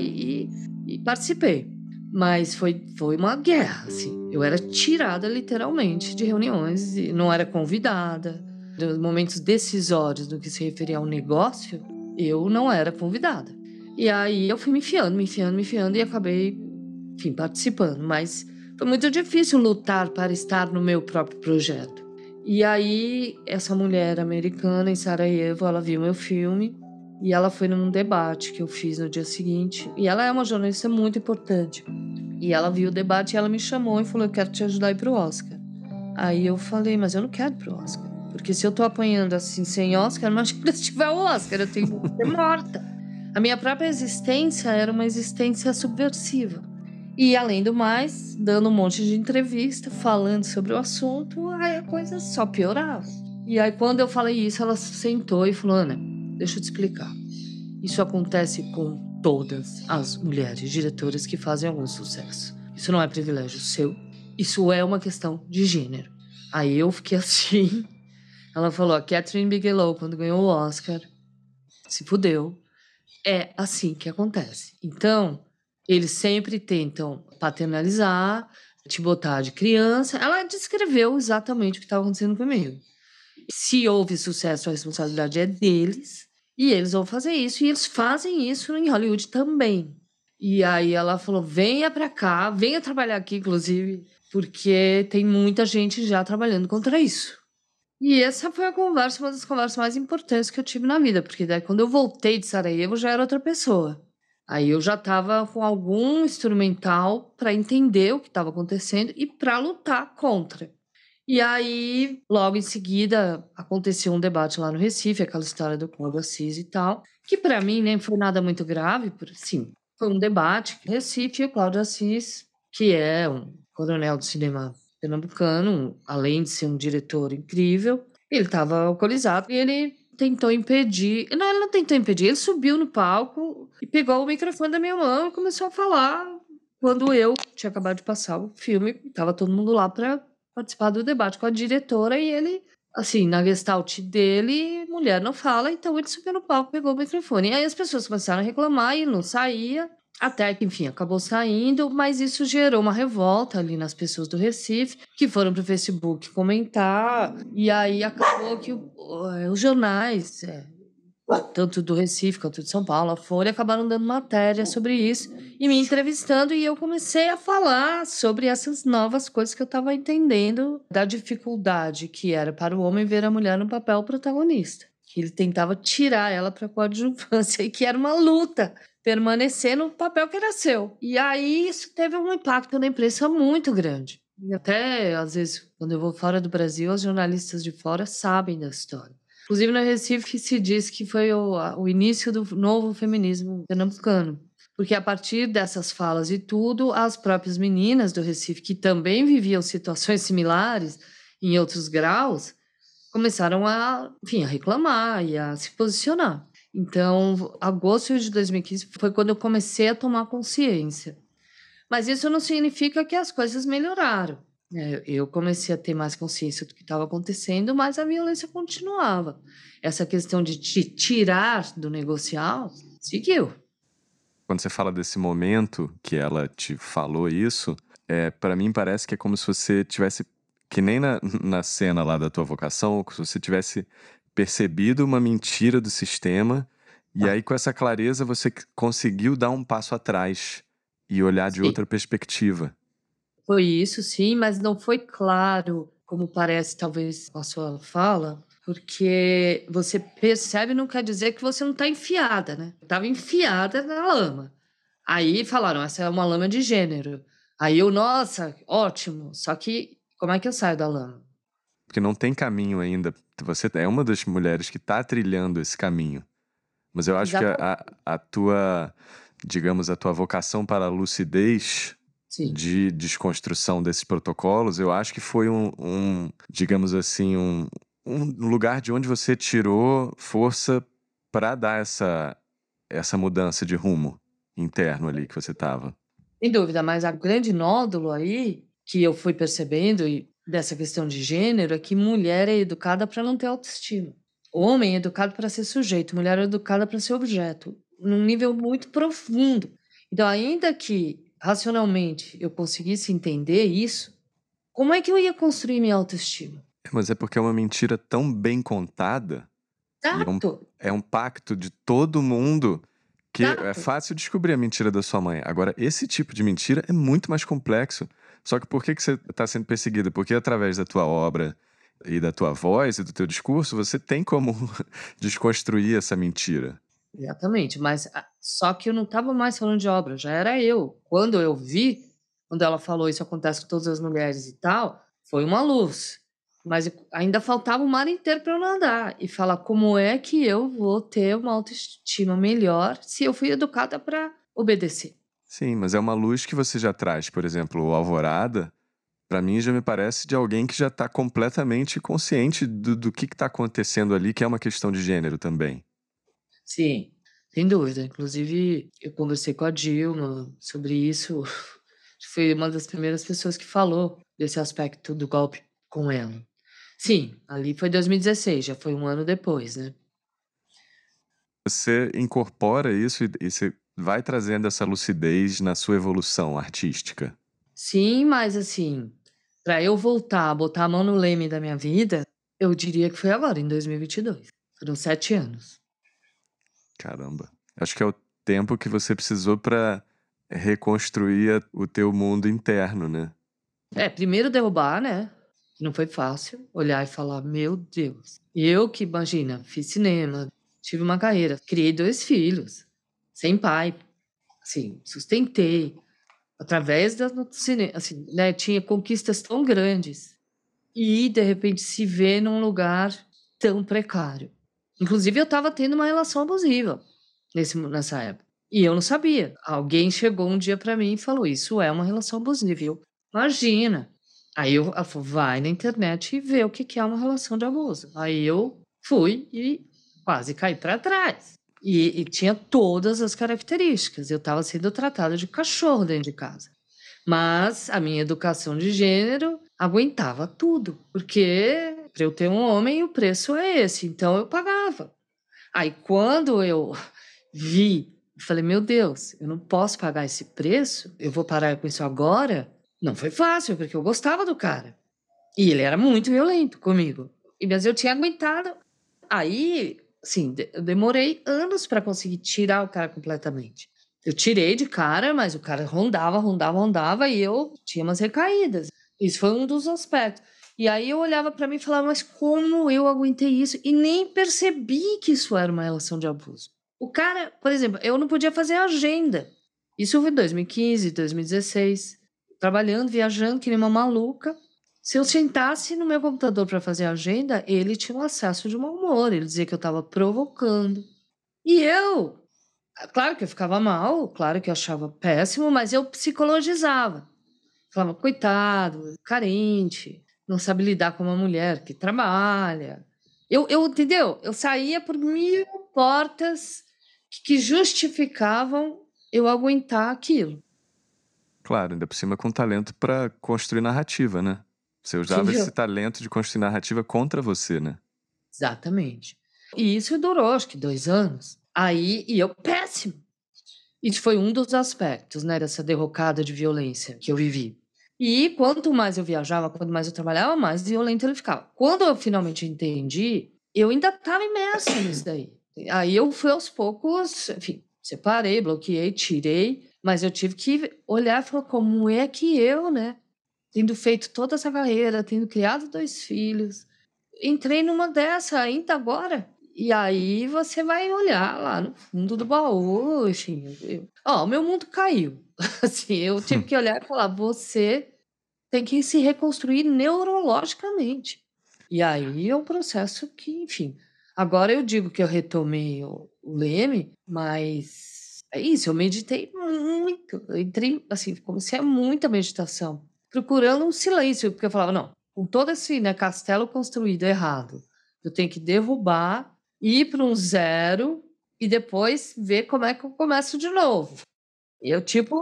e participei. Mas foi uma guerra, assim. Eu era tirada, literalmente, de reuniões e não era convidada. Nos momentos decisórios do que se referia ao negócio, eu não era convidada. E aí eu fui me enfiando e acabei, enfim, participando. Mas foi muito difícil lutar para estar no meu próprio projeto. E aí essa mulher americana em Sarajevo, ela viu meu filme e ela foi num debate que eu fiz no dia seguinte. E ela é uma jornalista muito importante. E ela viu o debate e ela me chamou e falou, eu quero te ajudar a ir pro Oscar. Aí eu falei, mas eu não quero ir pro Oscar. Porque se eu tô apanhando assim sem Oscar, imagina se tiver o Oscar, eu tenho que ser morta. A minha própria existência era uma existência subversiva. E, além do mais, dando um monte de entrevista, falando sobre o assunto, aí a coisa só piorava. E aí, quando eu falei isso, ela sentou e falou, Ana, deixa eu te explicar. Isso acontece com todas as mulheres diretoras que fazem algum sucesso. Isso não é privilégio seu, isso é uma questão de gênero. Aí eu fiquei assim. Ela falou, a Catherine Bigelow, quando ganhou o Oscar, se fudeu. É assim que acontece. Então, eles sempre tentam paternalizar, te botar de criança. Ela descreveu exatamente o que estava acontecendo comigo. Se houve sucesso, a responsabilidade é deles. E eles vão fazer isso. E eles fazem isso em Hollywood também. E aí ela falou, venha pra cá, venha trabalhar aqui, inclusive, porque tem muita gente já trabalhando contra isso. E essa foi uma das conversas mais importantes que eu tive na vida, porque daí quando eu voltei de Sarajevo já era outra pessoa. Aí eu já estava com algum instrumental para entender o que estava acontecendo e para lutar contra. E aí, logo em seguida, aconteceu um debate lá no Recife, aquela história do Cláudio Assis e tal, que para mim nem foi nada muito grave, sim, foi um debate. Recife e o Cláudio Assis, que é um coronel do cinema pernambucano, além de ser um diretor incrível, ele estava alcoolizado e ele tentou impedir. Não, ele não tentou impedir, ele subiu no palco e pegou o microfone da minha mão e começou a falar quando eu tinha acabado de passar o filme, estava todo mundo lá para participar do debate com a diretora e ele, assim, na gestalt dele, mulher não fala, então ele subiu no palco, pegou o microfone. E aí as pessoas começaram a reclamar e ele não saía. Até que, enfim, acabou saindo, mas isso gerou uma revolta ali nas pessoas do Recife, que foram pro Facebook comentar, e aí acabou que os jornais, tanto do Recife quanto de São Paulo, a Folha, acabaram dando matéria sobre isso e me entrevistando, e eu comecei a falar sobre essas novas coisas que eu estava entendendo da dificuldade que era para o homem ver a mulher no papel protagonista. Que ele tentava tirar ela para a coadjuvância e que era uma luta permanecer no papel que era seu. E aí isso teve um impacto na imprensa muito grande. E até, às vezes, quando eu vou fora do Brasil, os jornalistas de fora sabem da história. Inclusive, no Recife se diz que foi o início do novo feminismo pernambucano. Porque a partir dessas falas e tudo, as próprias meninas do Recife, que também viviam situações similares em outros graus, começaram enfim, a reclamar e a se posicionar. Então, agosto de 2015 foi quando eu comecei a tomar consciência. Mas isso não significa que as coisas melhoraram. Eu comecei a ter mais consciência do que estava acontecendo, mas a violência continuava. Essa questão de te tirar do negocial seguiu. Quando você fala desse momento que ela te falou isso, para mim parece que é como se você tivesse, que nem na cena lá da tua vocação, como se você tivesse percebido uma mentira do sistema e aí com essa clareza você conseguiu dar um passo atrás e olhar de Sim. outra perspectiva. Foi isso, sim, mas não foi claro, como parece talvez a sua fala, porque você percebe não quer dizer que você não está enfiada, né? Estava enfiada na lama. Aí falaram, essa é uma lama de gênero. Aí eu, nossa, ótimo, só que como é que eu saio da lama? Porque não tem caminho ainda. Você é uma das mulheres que está trilhando esse caminho. Mas eu acho que a tua, digamos, a tua vocação para a lucidez Sim. de desconstrução desses protocolos, eu acho que foi digamos assim, um lugar de onde você tirou força para dar essa mudança de rumo interno ali que você estava. Sem dúvida, mas a grande nódulo aí que eu fui percebendo e dessa questão de gênero é que mulher é educada para não ter autoestima. Homem é educado para ser sujeito, mulher é educada para ser objeto, num nível muito profundo. Então, ainda que racionalmente eu conseguisse entender isso, como é que eu ia construir minha autoestima? Mas é porque é uma mentira tão bem contada e Exato. é um pacto de todo mundo que é Exato. fácil descobrir a mentira da sua mãe. Agora, esse tipo de mentira é muito mais complexo. Só que por que você está sendo perseguida? Porque através da tua obra e da tua voz e do teu discurso, você tem como desconstruir essa mentira. Exatamente, mas só que eu não estava mais falando de obra, já era eu. Quando eu vi, quando ela falou isso acontece com todas as mulheres e tal, foi uma luz. Mas ainda faltava o mar inteiro para eu nadar e falar como é que eu vou ter uma autoestima melhor se eu fui educada para obedecer. Sim, mas é uma luz que você já traz. Por exemplo, o Alvorada, para mim já me parece de alguém que já está completamente consciente do que está acontecendo ali, que é uma questão de gênero também. Sim, sem dúvida. Inclusive, eu conversei com a Dilma sobre isso. Foi uma das primeiras pessoas que falou desse aspecto do golpe com ela. Sim, ali foi 2016, já foi um ano depois, né? Você incorpora isso e você vai trazendo essa lucidez na sua evolução artística. Sim, mas assim, para eu voltar a botar a mão no leme da minha vida, eu diria que foi agora, em 2022. Foram 7 anos. Caramba. Acho que é o tempo que você precisou para reconstruir o teu mundo interno, né? Primeiro derrubar, né? Não foi fácil olhar e falar, meu Deus. Eu que, imagina, fiz cinema, tive uma carreira, criei 2 filhos, sem pai, assim, sustentei, através do cinema, assim, né? Tinha conquistas tão grandes e, de repente, se vê num lugar tão precário. Inclusive, eu estava tendo uma relação abusiva nessa época. E eu não sabia. Alguém chegou um dia para mim e falou, isso é uma relação abusiva. Eu, imagina. Aí ela falou, vai na internet e vê o que é uma relação de abuso. Aí eu fui e quase caí para trás. E tinha todas as características. Eu estava sendo tratada de cachorro dentro de casa. Mas a minha educação de gênero aguentava tudo. Porque para eu ter um homem, o preço é esse. Então eu pagava. Aí quando eu vi, eu falei, meu Deus, eu não posso pagar esse preço, eu vou parar com isso agora. Não foi fácil, porque eu gostava do cara. E ele era muito violento comigo. Mas eu tinha aguentado. Aí, assim, eu demorei anos para conseguir tirar o cara completamente. Eu tirei de cara, mas o cara rondava e eu tinha umas recaídas. Isso foi um dos aspectos. E aí eu olhava para mim e falava, mas como eu aguentei isso? E nem percebi que isso era uma relação de abuso. O cara, por exemplo, eu não podia fazer agenda. Isso foi em 2015, 2016. Trabalhando, viajando, que nem uma maluca. Se eu sentasse no meu computador para fazer a agenda, ele tinha um acesso de mau humor. Ele dizia que eu estava provocando. E eu, claro que eu ficava mal, claro que eu achava péssimo, mas eu psicologizava. Falava, coitado, carente, não sabe lidar com uma mulher que trabalha. Entendeu? Eu saía por 1000 portas que justificavam eu aguentar aquilo. Claro, ainda por cima com talento para construir narrativa, né? Você usava Entendeu? esse talento de construir narrativa contra você, né? Exatamente. E isso durou, acho que 2 anos. Aí, e eu péssimo. Isso foi um dos aspectos, né, dessa derrocada de violência que eu vivi. E quanto mais eu viajava, quanto mais eu trabalhava, mais violento ele ficava. Quando eu finalmente entendi, eu ainda estava imersa nisso daí. Aí eu fui aos poucos, enfim, separei, bloqueei, tirei, mas eu tive que olhar e falar como é que eu, né, tendo feito toda essa carreira, tendo criado 2 filhos, entrei numa dessa ainda agora. E aí você vai olhar lá no fundo do baú, enfim, o meu mundo caiu. Assim, eu tive que olhar e falar, você tem que se reconstruir neurologicamente. E aí é um processo que, enfim, agora eu digo que eu retomei o Leme, mas é isso, eu meditei muito. Eu entrei, assim, comecei a muita meditação, procurando um silêncio, porque eu falava, não, com todo esse, né, castelo construído errado, eu tenho que derrubar, ir para um zero e depois ver como é que eu começo de novo. Eu, tipo,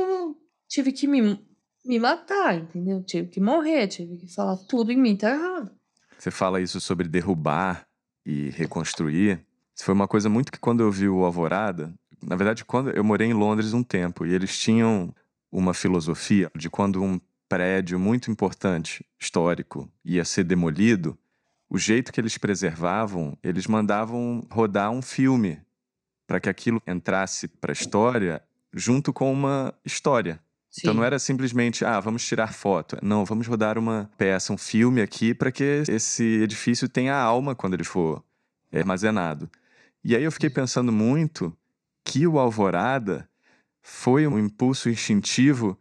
tive que me matar, entendeu? Tive que morrer, tive que falar tudo em mim tá errado. Você fala isso sobre derrubar e reconstruir. Isso foi uma coisa muito que quando eu vi o Alvorada, na verdade, quando eu morei em Londres um tempo e eles tinham uma filosofia de quando um prédio muito importante, histórico, ia ser demolido, o jeito que eles preservavam, eles mandavam rodar um filme para que aquilo entrasse para a história junto com uma história. Então não Sim, era simplesmente, vamos tirar foto. Não, vamos rodar uma peça, um filme aqui para que esse edifício tenha alma quando ele for armazenado. E aí eu fiquei pensando muito que o Alvorada foi um impulso instintivo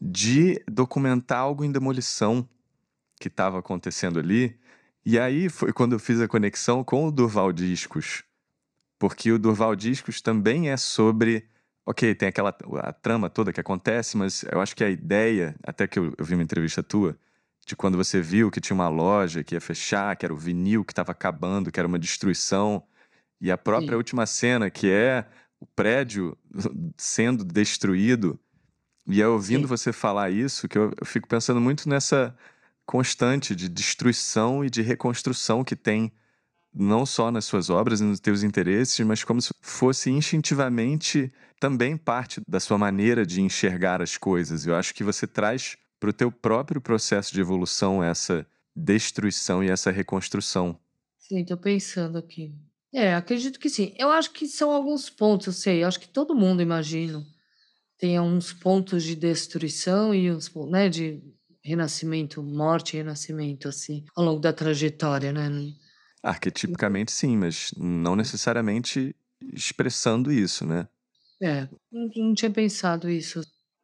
de documentar algo em demolição que estava acontecendo ali. E aí foi quando eu fiz a conexão com o Durval Discos, porque o Durval Discos também é sobre... Ok, tem a trama toda que acontece, mas eu acho que a ideia, até que eu vi uma entrevista tua, de quando você viu que tinha uma loja que ia fechar, que era o vinil que estava acabando, que era uma destruição, e a própria sim, última cena, que é o prédio sendo destruído, e é ouvindo sim. você falar isso, que eu fico pensando muito nessa constante de destruição e de reconstrução que tem não só nas suas obras e nos teus interesses, mas como se fosse instintivamente também parte da sua maneira de enxergar as coisas. Eu acho que você traz para o teu próprio processo de evolução essa destruição e essa reconstrução. Sim, tô pensando aqui. É, acredito que sim. Eu acho que são alguns pontos, eu sei, eu acho que todo mundo, imagino, tem uns pontos de destruição e uns, né, de renascimento, morte e renascimento, assim, ao longo da trajetória, né? Arquetipicamente, sim, mas não necessariamente expressando isso, né? É, não tinha pensado isso,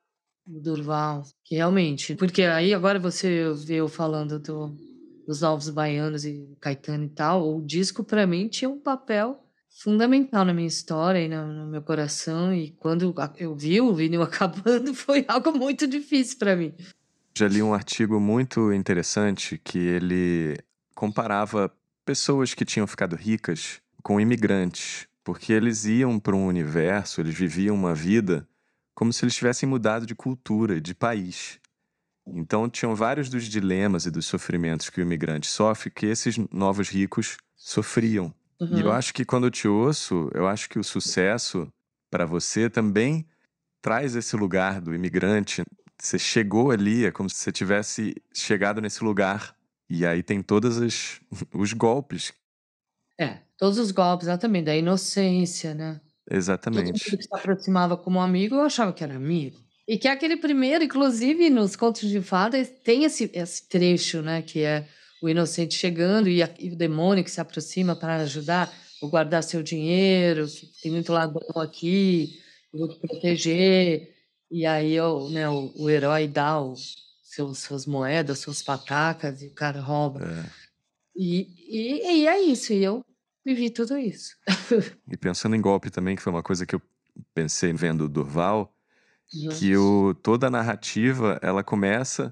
do Durval, que realmente, porque aí agora você vê eu falando dos Novos Baianos e Caetano e tal, o disco para mim tinha um papel fundamental na minha história e no meu coração, e quando eu vi o vinil acabando foi algo muito difícil para mim. Já li um artigo muito interessante que ele comparava pessoas que tinham ficado ricas com imigrantes, porque eles iam para um universo, eles viviam uma vida como se eles tivessem mudado de cultura, de país. Então, tinham vários dos dilemas e dos sofrimentos que o imigrante sofre que esses novos ricos sofriam. E eu acho que quando eu te ouço, eu acho que o sucesso para você também traz esse lugar do imigrante. Você chegou ali, é como se você tivesse chegado nesse lugar. E aí tem todos os golpes. Todos os golpes, exatamente, da inocência, né? Todo mundo Exatamente. que se aproximava como amigo, eu achava que era amigo. E que é aquele primeiro, inclusive nos contos de fadas, tem esse trecho, né? Que é o inocente chegando e o demônio que se aproxima para ajudar, ou guardar seu dinheiro, que tem muito ladrão aqui, eu vou te proteger. E aí o herói dá suas moedas, suas patacas, e o cara rouba. E é isso, e eu vivi tudo isso. E pensando em golpe também, que foi uma coisa que eu pensei vendo o Durval, que toda a narrativa, ela começa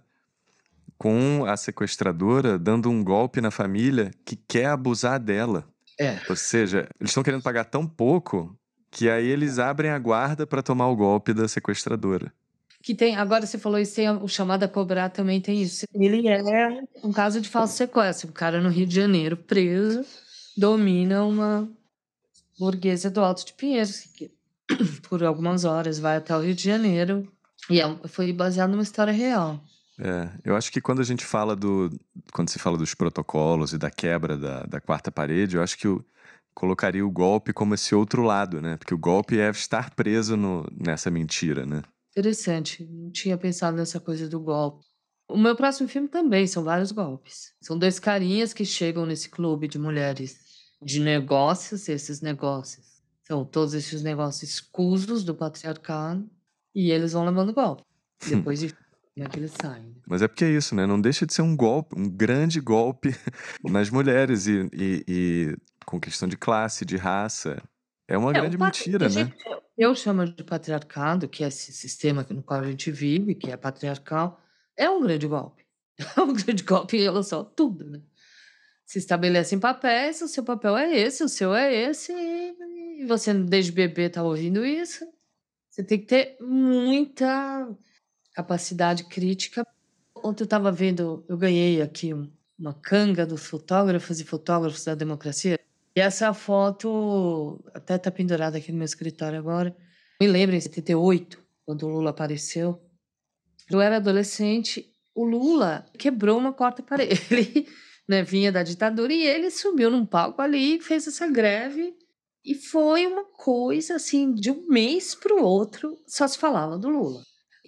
com a sequestradora dando um golpe na família que quer abusar dela. Ou seja, eles estão querendo pagar tão pouco que aí eles abrem a guarda para tomar o golpe da sequestradora. Que tem, agora você falou isso, tem o chamado a cobrar também tem isso. Ele é um caso de falso sequestro. O cara no Rio de Janeiro, preso, domina uma burguesa do Alto de Pinheiros, que por algumas horas vai até o Rio de Janeiro. E foi baseado numa história real. Eu acho que quando a gente fala quando se fala dos protocolos e da quebra da quarta parede, eu acho que eu colocaria o golpe como esse outro lado, né? Porque o golpe é estar preso nessa mentira, né? Interessante, não tinha pensado nessa coisa do golpe. O meu próximo filme também são vários golpes. São 2 carinhas que chegam nesse clube de mulheres de negócios, esses negócios são todos esses negócios escusos do patriarcado, e eles vão levando golpe. Depois de como é que eles saem. Mas é porque é isso, né? Não deixa de ser um golpe, um grande golpe nas mulheres e com questão de classe, de raça. É uma grande mentira, né? Eu chamo de patriarcado, que é esse sistema no qual a gente vive, que é patriarcal, é um grande golpe. É um grande golpe em relação a tudo, né? Se estabelecem papéis, o seu papel é esse, o seu é esse, e você desde bebê está ouvindo isso. Você tem que ter muita capacidade crítica. Ontem eu estava vendo, eu ganhei aqui uma canga dos fotógrafos e fotógrafos da democracia. E essa foto até está pendurada aqui no meu escritório agora. Me lembro, em 78, quando o Lula apareceu. Eu era adolescente, o Lula quebrou uma quarta parede. Ele, né, vinha da ditadura e ele subiu num palco ali e fez essa greve. E foi uma coisa assim, de um mês para o outro, só se falava do Lula.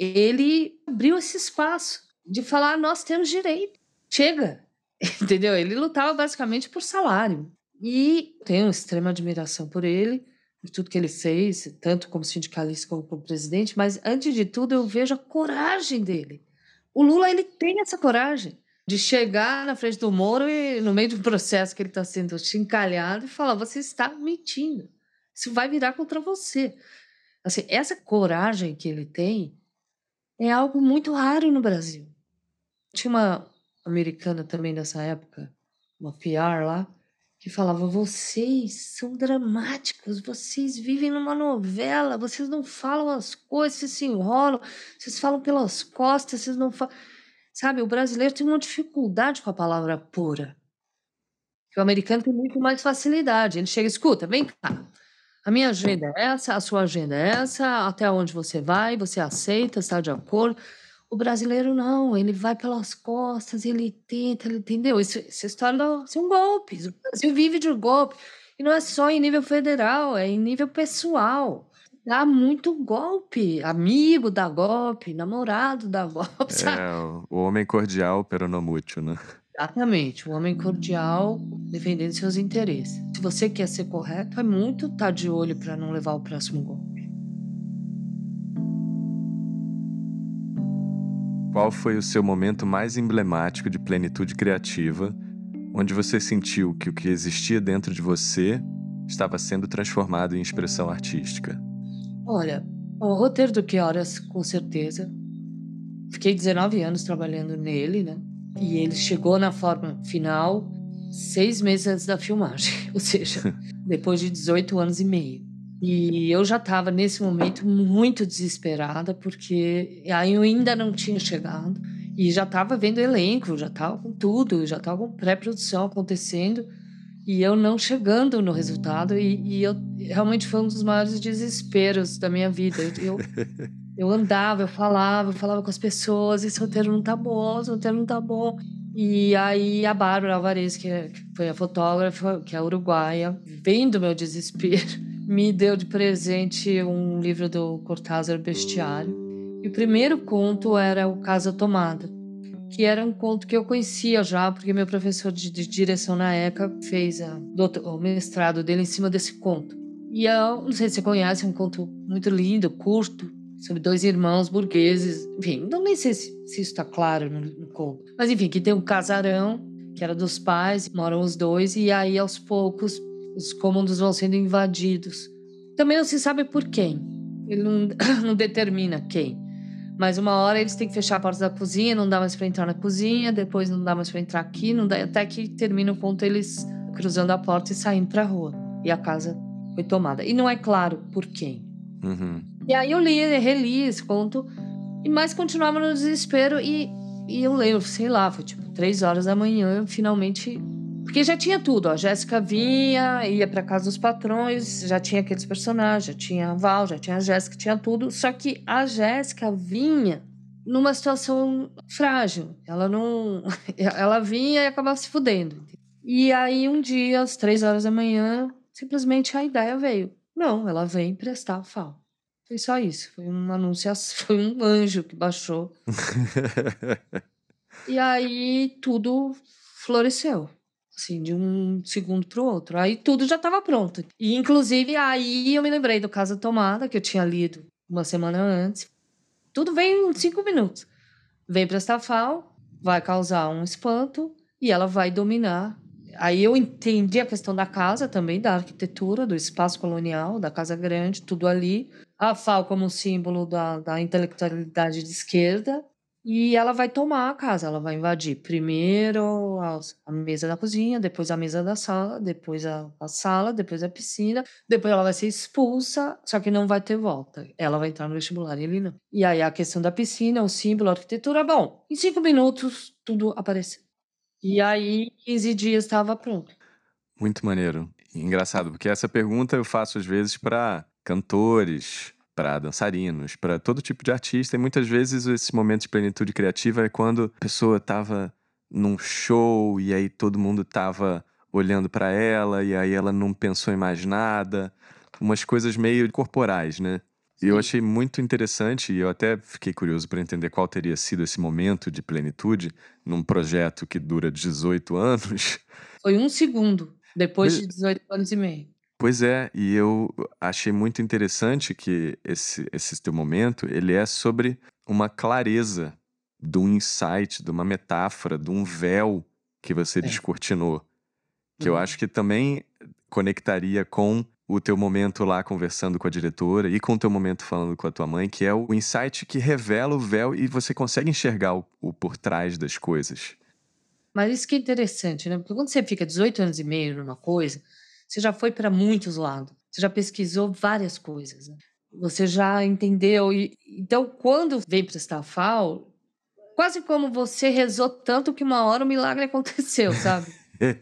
Ele abriu esse espaço de falar: nós temos direito, chega, entendeu? Ele lutava basicamente por salário. E tenho extrema admiração por ele, por tudo que ele fez, tanto como sindicalista como como presidente, mas antes de tudo eu vejo a coragem dele. O Lula, ele tem essa coragem de chegar na frente do Moro e no meio de um processo que ele está sendo chincalhado e falar: você está mentindo, isso vai virar contra você. Assim, essa coragem que ele tem é algo muito raro no Brasil. Tinha uma americana também nessa época, uma PR lá, que falava: vocês são dramáticos, vocês vivem numa novela, vocês não falam as coisas, vocês se enrolam, vocês falam pelas costas, vocês não falam. Sabe, o brasileiro tem uma dificuldade com a palavra pura. O americano tem muito mais facilidade. Ele chega: escuta, vem cá. A minha agenda é essa, a sua agenda é essa, até onde você vai, você aceita, está de acordo. O brasileiro não, ele vai pelas costas, ele tenta, ele, entendeu? Essa história são golpes. O Brasil vive de golpe. E não é só em nível federal, é em nível pessoal. Dá muito golpe. Amigo dá golpe, namorado dá golpe, sabe? O homem cordial, pero no mucho, né? Exatamente, o homem cordial defendendo seus interesses. Se você quer ser correto, é muito estar de olho para não levar o próximo golpe. Qual foi o seu momento mais emblemático de plenitude criativa, onde você sentiu que o que existia dentro de você estava sendo transformado em expressão artística? Olha, o roteiro do Que Horas, com certeza. Fiquei 19 anos trabalhando nele, né? E ele chegou na forma final 6 meses antes da filmagem, ou seja, depois de 18 anos e meio. E eu já estava, nesse momento, muito desesperada, porque aí eu ainda não tinha chegado. E já estava vendo elenco, já estava com tudo, já estava com pré-produção acontecendo. E eu não chegando no resultado. E eu realmente foi um dos maiores desesperos da minha vida. Eu andava, eu falava com as pessoas, esse roteiro não tá bom, esse roteiro não tá bom. E aí a Bárbara Alvarez, que foi a fotógrafa, que é uruguaia, vendo meu desespero, me deu de presente um livro do Cortázar Bestiário. E o primeiro conto era O Casa Tomada, que era um conto que eu conhecia já, porque meu professor de direção na ECA fez o mestrado dele em cima desse conto. E eu não sei se você conhece, é um conto muito lindo, curto, sobre 2 irmãos burgueses. Enfim, não nem sei se isso está claro no conto. Mas enfim, que tem um casarão, que era dos pais, moram os 2, e aí aos poucos os cômodos vão sendo invadidos. Também não se sabe por quem. Ele não, não determina quem. Mas uma hora eles têm que fechar a porta da cozinha, não dá mais para entrar na cozinha, depois não dá mais para entrar aqui, não dá, até que termina o conto eles cruzando a porta e saindo para a rua. E a casa foi tomada. E não é claro por quem. Uhum. E aí eu reli esse conto, mas continuava no desespero. E eu leio, sei lá, foi tipo 3 horas da manhã, finalmente. Porque já tinha tudo, ó. A Jéssica vinha, ia pra casa dos patrões, já tinha aqueles personagens, já tinha a Val, já tinha a Jéssica, tinha tudo. Só que a Jéssica vinha numa situação frágil. Ela não. Ela vinha e acabava se fudendo. E aí, um dia, às 3 horas da manhã, simplesmente a ideia veio. Não, ela vem prestar a FAO. Foi só isso. Foi uma anunciação, foi um anjo que baixou. E aí tudo floresceu. Assim, de um segundo para o outro. Aí tudo já estava pronto. E, inclusive, aí eu me lembrei do Casa Tomada, que eu tinha lido uma semana antes. Tudo vem em 5 minutos. Vem prestar FAO, vai causar um espanto e ela vai dominar. Aí eu entendi a questão da casa também, da arquitetura, do espaço colonial, da casa grande, tudo ali. A FAO como um símbolo da intelectualidade de esquerda. E ela vai tomar a casa, ela vai invadir primeiro a mesa da cozinha, depois a mesa da sala, depois a sala, depois a piscina, depois ela vai ser expulsa, só que não vai ter volta. Ela vai entrar no vestibular e ele não. E aí a questão da piscina, o símbolo, a arquitetura, bom, em 5 minutos tudo apareceu. E aí, 15 dias estava pronto. Muito maneiro. E engraçado, porque essa pergunta eu faço às vezes para cantores, para dançarinos, para todo tipo de artista. E muitas vezes esse momento de plenitude criativa é quando a pessoa estava num show e aí todo mundo estava olhando para ela e aí ela não pensou em mais nada. Umas coisas meio corporais, né? E eu achei muito interessante, e eu até fiquei curioso para entender qual teria sido esse momento de plenitude num projeto que dura 18 anos. Foi 1 segundo, depois Pois, de 18 anos e meio. pois é, e eu achei muito interessante que esse teu momento, ele é sobre uma clareza de um insight, de uma metáfora, de um véu que você É. descortinou. Que eu Uhum. acho que também conectaria com o teu momento lá conversando com a diretora e com o teu momento falando com a tua mãe, que é o insight que revela o véu e você consegue enxergar o por trás das coisas. Mas isso que é interessante, né? Porque quando você fica 18 anos e meio numa coisa, você já foi para muitos lados. Você já pesquisou várias coisas, né? Você já entendeu. Então, quando vem prestar FAO, quase como você rezou tanto que uma hora o milagre aconteceu, sabe?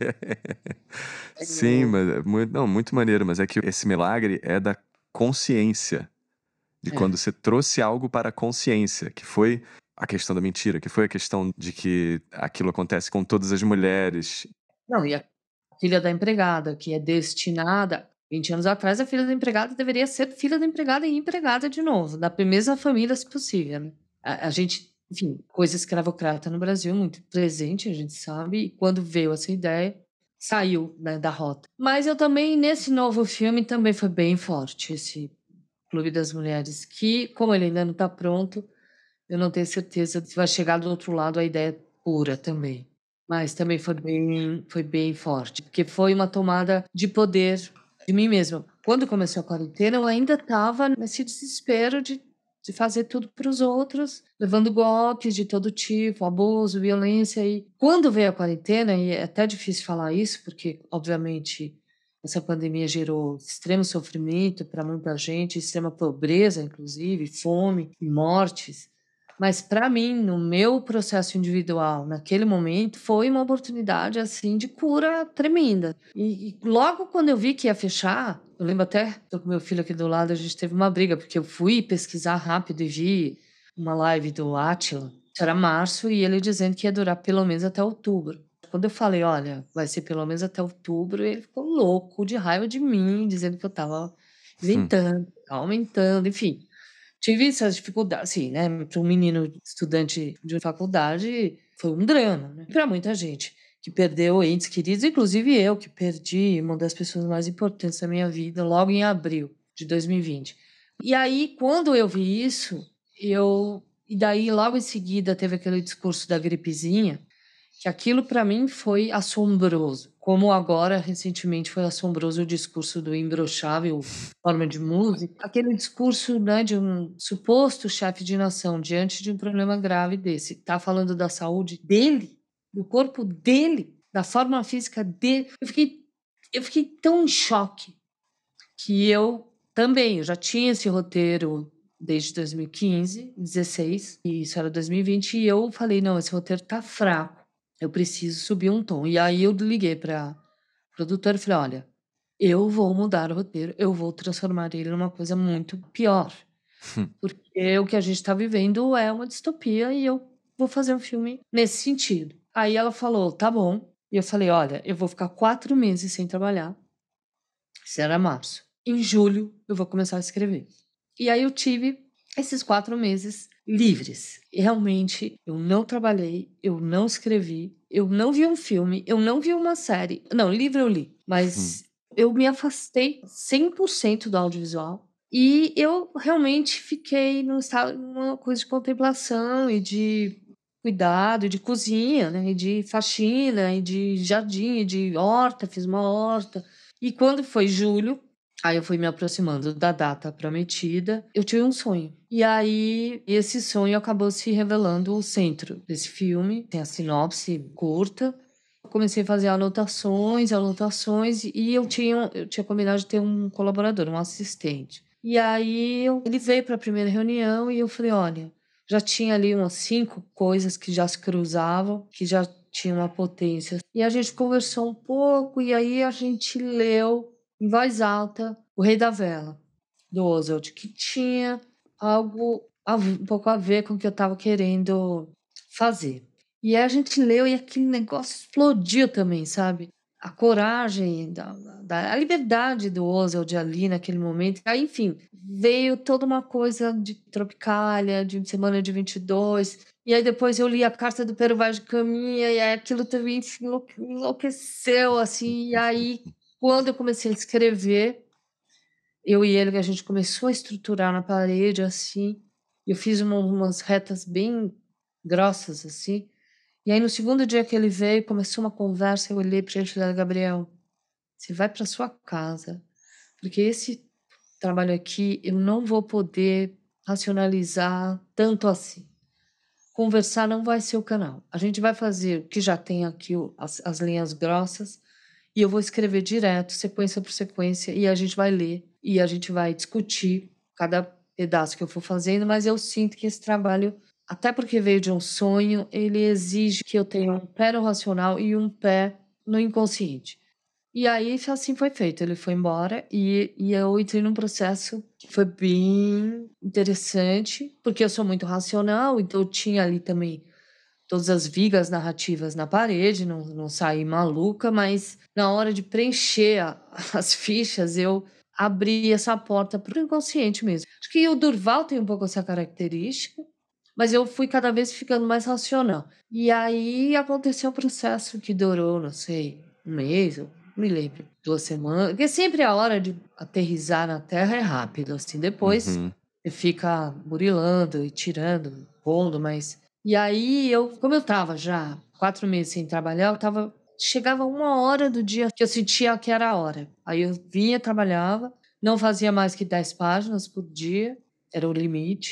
Sim, mas muito maneiro, mas é que esse milagre é da consciência, de quando você trouxe algo para a consciência, que foi a questão da mentira, que foi a questão de que aquilo acontece com todas as mulheres. Não, e a filha da empregada, que é destinada. 20 anos atrás, a filha da empregada deveria ser filha da empregada e empregada de novo, da mesma família, se possível, né? A gente, enfim, coisa escravocrata no Brasil, muito presente, a gente sabe, e quando veio essa ideia, saiu, né, da rota. Mas eu também, nesse novo filme, também foi bem forte esse Clube das Mulheres, que, como ele ainda não está pronto, eu não tenho certeza se vai chegar do outro lado a ideia pura também. Mas também foi bem forte, porque foi uma tomada de poder de mim mesma. Quando começou a quarentena, eu ainda estava nesse desespero de de fazer tudo para os outros, levando golpes de todo tipo, abuso, violência. E quando veio a quarentena, e é até difícil falar isso, porque, obviamente, essa pandemia gerou extremo sofrimento para muita gente, extrema pobreza, inclusive, fome e mortes. Mas para mim, no meu processo individual, naquele momento, foi uma oportunidade assim de cura tremenda. E logo quando eu vi que ia fechar, eu lembro até, tô com meu filho aqui do lado, a gente teve uma briga, porque eu fui pesquisar rápido e vi uma live do Átila, isso era março, e ele dizendo que ia durar pelo menos até outubro. Quando eu falei, olha, vai ser pelo menos até outubro, ele ficou louco de raiva de mim, dizendo que eu estava inventando, aumentando, enfim. Tive essas dificuldades, assim, né? Para um menino estudante de faculdade, foi um drama, né? Para muita gente que perdeu entes queridos, inclusive eu, que perdi uma das pessoas mais importantes da minha vida logo em abril de 2020. E aí, quando eu vi isso, e daí, logo em seguida, teve aquele discurso da gripezinha, que aquilo para mim foi assombroso. Como agora, recentemente, foi assombroso o discurso do Imbrochável, forma de música. Aquele discurso, né, de um suposto chefe de nação diante de um problema grave desse. Tá falando da saúde dele, do corpo dele, da forma física dele. Eu fiquei tão em choque que eu já tinha esse roteiro desde 2015, 16, e isso era 2020, e eu falei, não, esse roteiro tá fraco, eu preciso subir um tom. E aí eu liguei para produtora e falei, olha, eu vou mudar o roteiro, eu vou transformar ele numa coisa muito pior, porque o que a gente está vivendo é uma distopia e eu vou fazer um filme nesse sentido. Aí ela falou, tá bom. E eu falei, olha, eu vou ficar 4 meses sem trabalhar. Isso era março. Em julho, eu vou começar a escrever. E aí eu tive esses 4 meses livres. E realmente, eu não trabalhei, eu não escrevi, eu não vi um filme, eu não vi uma série. Não, livro eu li, mas eu me afastei 100% do audiovisual. E eu realmente fiquei numa coisa de contemplação e de cuidado, e de cozinha, né? E de faxina, e de jardim, e de horta, fiz uma horta. E quando foi julho, aí eu fui me aproximando da data prometida, eu tive um sonho. E aí, esse sonho acabou se revelando o centro desse filme. Tem a sinopse curta. Eu comecei a fazer anotações, e eu tinha combinado de ter um colaborador, um assistente. E aí, ele veio para a primeira reunião e eu falei, olha, já tinha ali umas 5 coisas que já se cruzavam, que já tinham uma potência. E a gente conversou um pouco, e aí a gente leu em voz alta O Rei da Vela, do Oswald, que tinha algo um pouco a ver com o que eu estava querendo fazer. E aí a gente leu e aquele negócio explodiu também, sabe? A coragem, a liberdade do Oswald ali naquele momento. Aí, enfim, veio toda uma coisa de Tropicália, de Semana de 22. E aí depois eu li a carta do Pero Vaz de Caminha, e aí aquilo também enlouqueceu, assim. E aí, quando eu comecei a escrever, eu e ele, a gente começou a estruturar na parede, assim. Eu fiz umas retas bem grossas, assim. E aí, no segundo dia que ele veio, começou uma conversa, eu olhei para ele e falei, Gabriel, você vai para sua casa, porque esse trabalho aqui eu não vou poder racionalizar tanto assim. Conversar não vai ser o canal. A gente vai fazer o que já tem aqui, as linhas grossas, e eu vou escrever direto, sequência por sequência, e a gente vai ler, e a gente vai discutir cada pedaço que eu for fazendo, mas eu sinto que esse trabalho, até porque veio de um sonho, ele exige que eu tenha um pé no racional e um pé no inconsciente. E aí, assim foi feito. Ele foi embora e eu entrei num processo que foi bem interessante, porque eu sou muito racional, então eu tinha ali também todas as vigas narrativas na parede, não saí maluca, mas na hora de preencher as fichas, eu abri essa porta para o inconsciente mesmo. Acho que o Durval tem um pouco essa característica, mas eu fui cada vez ficando mais racional. E aí aconteceu um processo que durou, não sei, um mês, eu me lembro, 2 semanas, porque sempre a hora de aterrissar na Terra é rápido, assim, depois você fica burilando e tirando, pondo, mas... E aí, como eu estava já 4 meses sem trabalhar, chegava 1 hora do dia que eu sentia que era a hora. Aí eu vinha, trabalhava, não fazia mais que 10 páginas por dia, era o limite.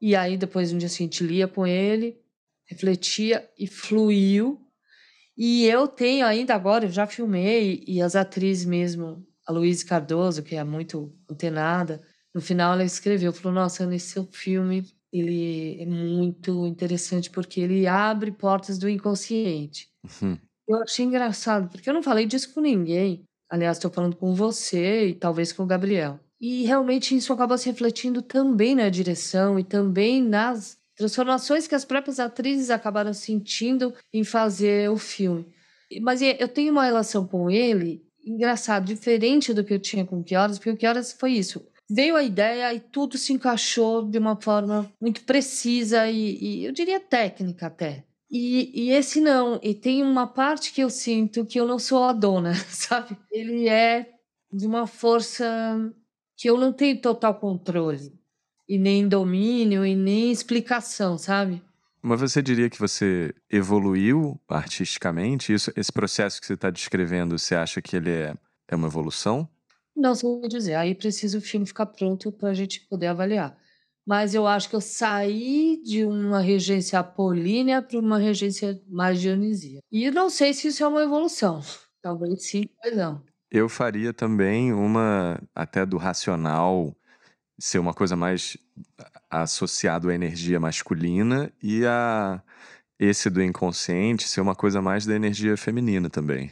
E aí, depois, no dia seguinte, lia com ele, refletia e fluiu. E eu tenho ainda agora, eu já filmei, e as atrizes mesmo, a Luísa Cardoso, que é muito antenada, no final ela escreveu, falou, nossa, nesse seu filme, ele é muito interessante porque ele abre portas do inconsciente. Uhum. Eu achei engraçado, porque eu não falei disso com ninguém. Aliás, estou falando com você e talvez com o Gabriel. E realmente isso acaba se refletindo também na direção e também nas transformações que as próprias atrizes acabaram sentindo em fazer o filme. Mas eu tenho uma relação com ele, engraçado, diferente do que eu tinha com o Que Horas, porque o Que Horas foi isso. Veio a ideia e tudo se encaixou de uma forma muito precisa e eu diria técnica até. E esse não, e tem uma parte que eu sinto que eu não sou a dona, sabe? Ele é de uma força que eu não tenho total controle, e nem domínio, e nem explicação, sabe? Mas você diria que você evoluiu artisticamente? Esse processo que você está descrevendo, você acha que ele é uma evolução? Não sei dizer, aí precisa o filme ficar pronto para a gente poder avaliar. Mas eu acho que eu saí de uma regência apolínea para uma regência mais dionisíaca. E não sei se isso é uma evolução. Talvez sim, mas não. Eu faria também uma, até do racional, ser uma coisa mais associado à energia masculina e esse do inconsciente ser uma coisa mais da energia feminina também.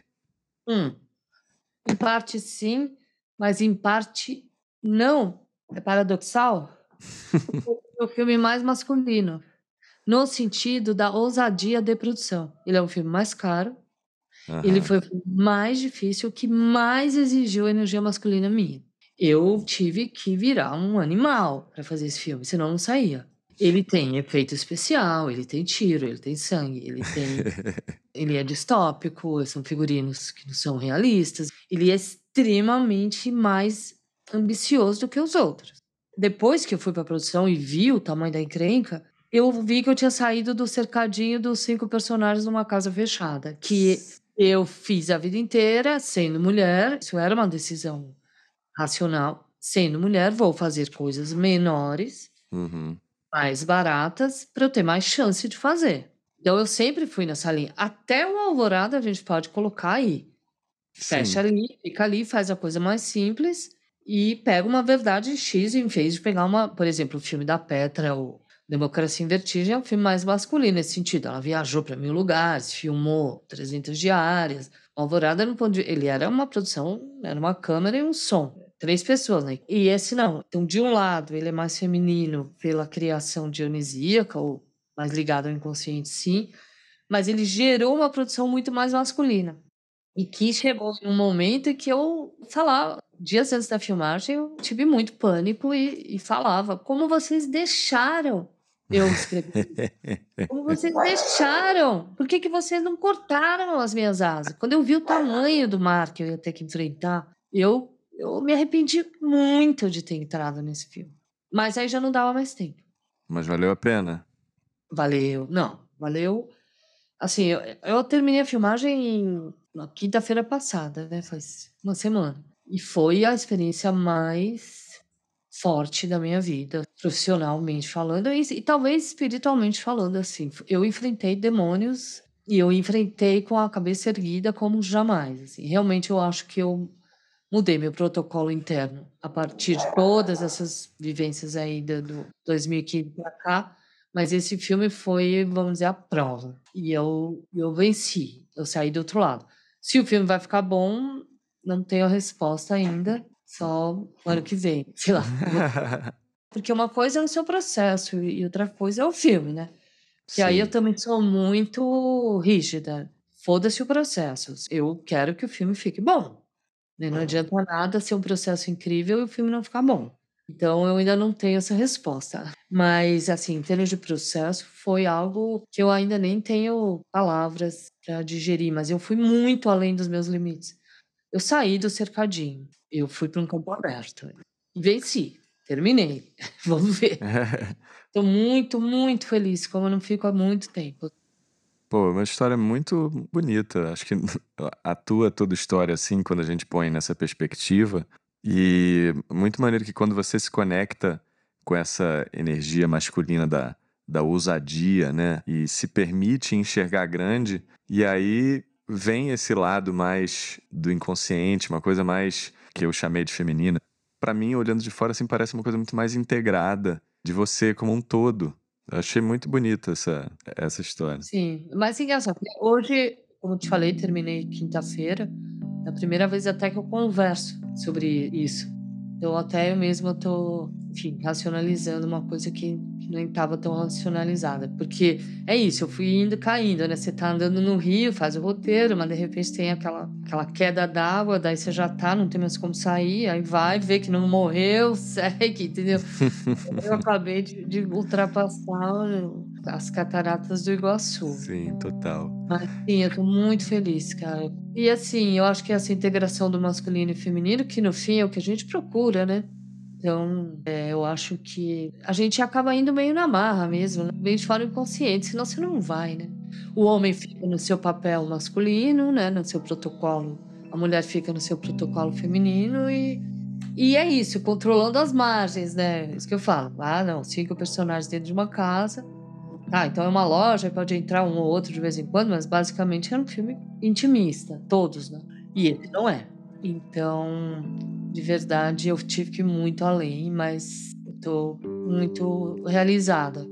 Em parte sim, mas em parte não. É paradoxal? É o filme mais masculino, no sentido da ousadia de produção. Ele é um filme mais caro, ele Aham. foi o filme mais difícil, o que mais exigiu energia masculina minha. Eu tive que virar um animal para fazer esse filme, senão não saía. Ele tem efeito especial, ele tem tiro, ele tem sangue, ele é distópico, são figurinos que não são realistas. Ele é extremamente mais ambicioso do que os outros. Depois que eu fui para a produção e vi o tamanho da encrenca, eu vi que eu tinha saído do cercadinho dos 5 personagens numa casa fechada, que eu fiz a vida inteira sendo mulher. Isso era uma decisão racional. Sendo mulher, vou fazer coisas menores, Uhum. mais baratas, para eu ter mais chance de fazer. Então eu sempre fui nessa linha. Até o Alvorada a gente pode colocar aí. Fecha Sim. ali, fica ali, faz a coisa mais simples e pega uma verdade X em vez de pegar uma, por exemplo, o filme da Petra, o Democracia em Vertigem, é um filme mais masculino nesse sentido. Ela viajou para 1000 lugares, filmou 300 diárias. O Alvorada não pode, ele era uma produção, era uma câmera e um som. 3 pessoas, né? E esse não. Então, de um lado, ele é mais feminino pela criação dionisíaca, ou mais ligado ao inconsciente, sim, mas ele gerou uma produção muito mais masculina. E que chegou num momento em que eu, sei lá, dias antes da filmagem, eu tive muito pânico e falava: como vocês deixaram eu escrever? Como vocês deixaram? Por que que vocês não cortaram as minhas asas? Quando eu vi o tamanho do mar que eu ia ter que enfrentar, eu me arrependi muito de ter entrado nesse filme. Mas aí já não dava mais tempo. Mas valeu a pena. Valeu. Não, valeu. Assim, eu terminei a filmagem na quinta-feira passada, né? Faz uma semana. E foi a experiência mais forte da minha vida, profissionalmente falando, e talvez espiritualmente falando, assim. Eu enfrentei demônios e eu enfrentei com a cabeça erguida como jamais. Assim. Realmente eu acho que eu mudei meu protocolo interno a partir de todas essas vivências aí do 2015 para cá. Mas esse filme foi, vamos dizer, a prova. E eu venci, eu saí do outro lado. Se o filme vai ficar bom, não tenho a resposta ainda, só o ano que vem, sei lá. Porque uma coisa é o seu processo e outra coisa é o filme, né? Que aí eu Sim. também sou muito rígida. Foda-se o processo. Eu quero que o filme fique bom. Né? Não adianta nada ser um processo incrível e o filme não ficar bom. Então eu ainda não tenho essa resposta. Mas, assim, em termos de processo, foi algo que eu ainda nem tenho palavras para digerir, mas eu fui muito além dos meus limites. Eu saí do cercadinho, eu fui para um campo aberto. E venci, terminei. Vamos ver. Estou muito, muito feliz, como eu não fico há muito tempo. Pô, uma história muito bonita. Acho que atua toda história assim quando a gente põe nessa perspectiva. E muito maneiro que quando você se conecta com essa energia masculina da ousadia, né? E se permite enxergar grande, e aí vem esse lado mais do inconsciente, uma coisa mais que eu chamei de feminina. Pra mim, olhando de fora, assim, parece uma coisa muito mais integrada de você como um todo. Eu achei muito bonita essa história. Sim, mas engraçado, porque hoje, como eu te falei, terminei quinta-feira, é a primeira vez até que eu converso sobre isso. Então até eu mesma tô, enfim, racionalizando uma coisa que nem estava tão racionalizada. Porque é isso, eu fui indo caindo, né? Você tá andando no rio, faz o roteiro, mas de repente tem aquela queda d'água, daí você já tá, não tem mais como sair, aí vai, vê que não morreu, segue, entendeu? Eu acabei de ultrapassar as cataratas do Iguaçu. Sim, total. Mas sim, eu tô muito feliz, cara. E assim, eu acho que essa integração do masculino e feminino, que no fim é o que a gente procura, né? Então, eu acho que a gente acaba indo meio na marra mesmo, né? Meio de forma inconsciente, senão você não vai, né? O homem fica no seu papel masculino, né? No seu protocolo. A mulher fica no seu protocolo feminino e é isso, controlando as margens, né? Isso que eu falo. Ah, não, 5 personagens dentro de uma casa. Ah, então é uma loja, pode entrar um ou outro de vez em quando, mas basicamente é um filme intimista, todos, né? E esse não é. Então, de verdade, eu tive que ir muito além, mas eu tô muito realizada.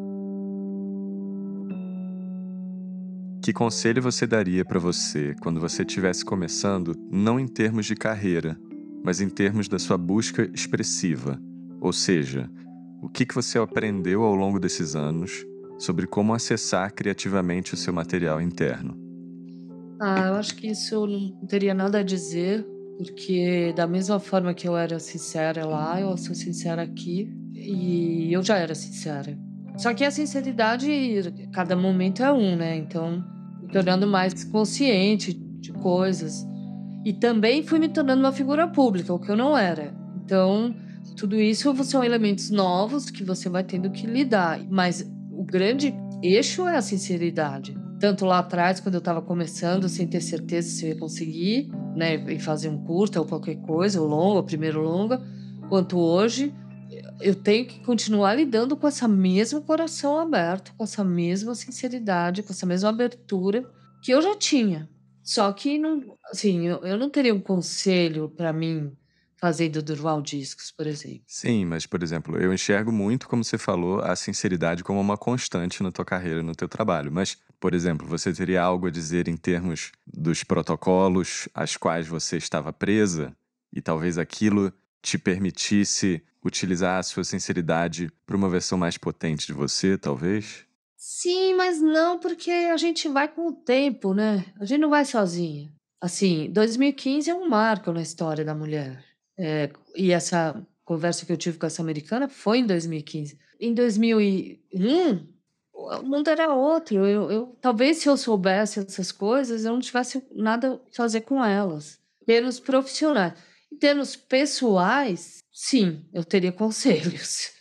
Que conselho você daria pra você quando você estivesse começando, não em termos de carreira, mas em termos da sua busca expressiva? Ou seja, o que você aprendeu ao longo desses anos sobre como acessar criativamente o seu material interno? Ah, eu acho que isso não teria nada a dizer, porque da mesma forma que eu era sincera lá, eu sou sincera aqui, e eu já era sincera. Só que a sinceridade, cada momento é um, né? Então, me tornando mais consciente de coisas. E também fui me tornando uma figura pública, o que eu não era. Então, tudo isso são elementos novos que você vai tendo que lidar. Mas o grande eixo é a sinceridade. Tanto lá atrás, quando eu estava começando, sem ter certeza se eu ia conseguir, né, e fazer um curta ou qualquer coisa, ou longa, ou primeiro longa, quanto hoje, eu tenho que continuar lidando com essa mesma coração aberto, com essa mesma sinceridade, com essa mesma abertura que eu já tinha. Só que não, assim, eu não teria um conselho para mim fazendo Durval Discos, por exemplo. Sim, mas, por exemplo, eu enxergo muito, como você falou, a sinceridade como uma constante na tua carreira, no teu trabalho. Mas, por exemplo, você teria algo a dizer em termos dos protocolos às quais você estava presa e talvez aquilo te permitisse utilizar a sua sinceridade para uma versão mais potente de você, talvez? Sim, mas não, porque a gente vai com o tempo, né? A gente não vai sozinha. Assim, 2015 é um marco na história da mulher. E essa conversa que eu tive com essa americana foi em 2015. Em 2001, o mundo era outro. Talvez se eu soubesse essas coisas, eu não tivesse nada a fazer com elas. Em termos profissionais. Em termos pessoais, sim, eu teria conselhos.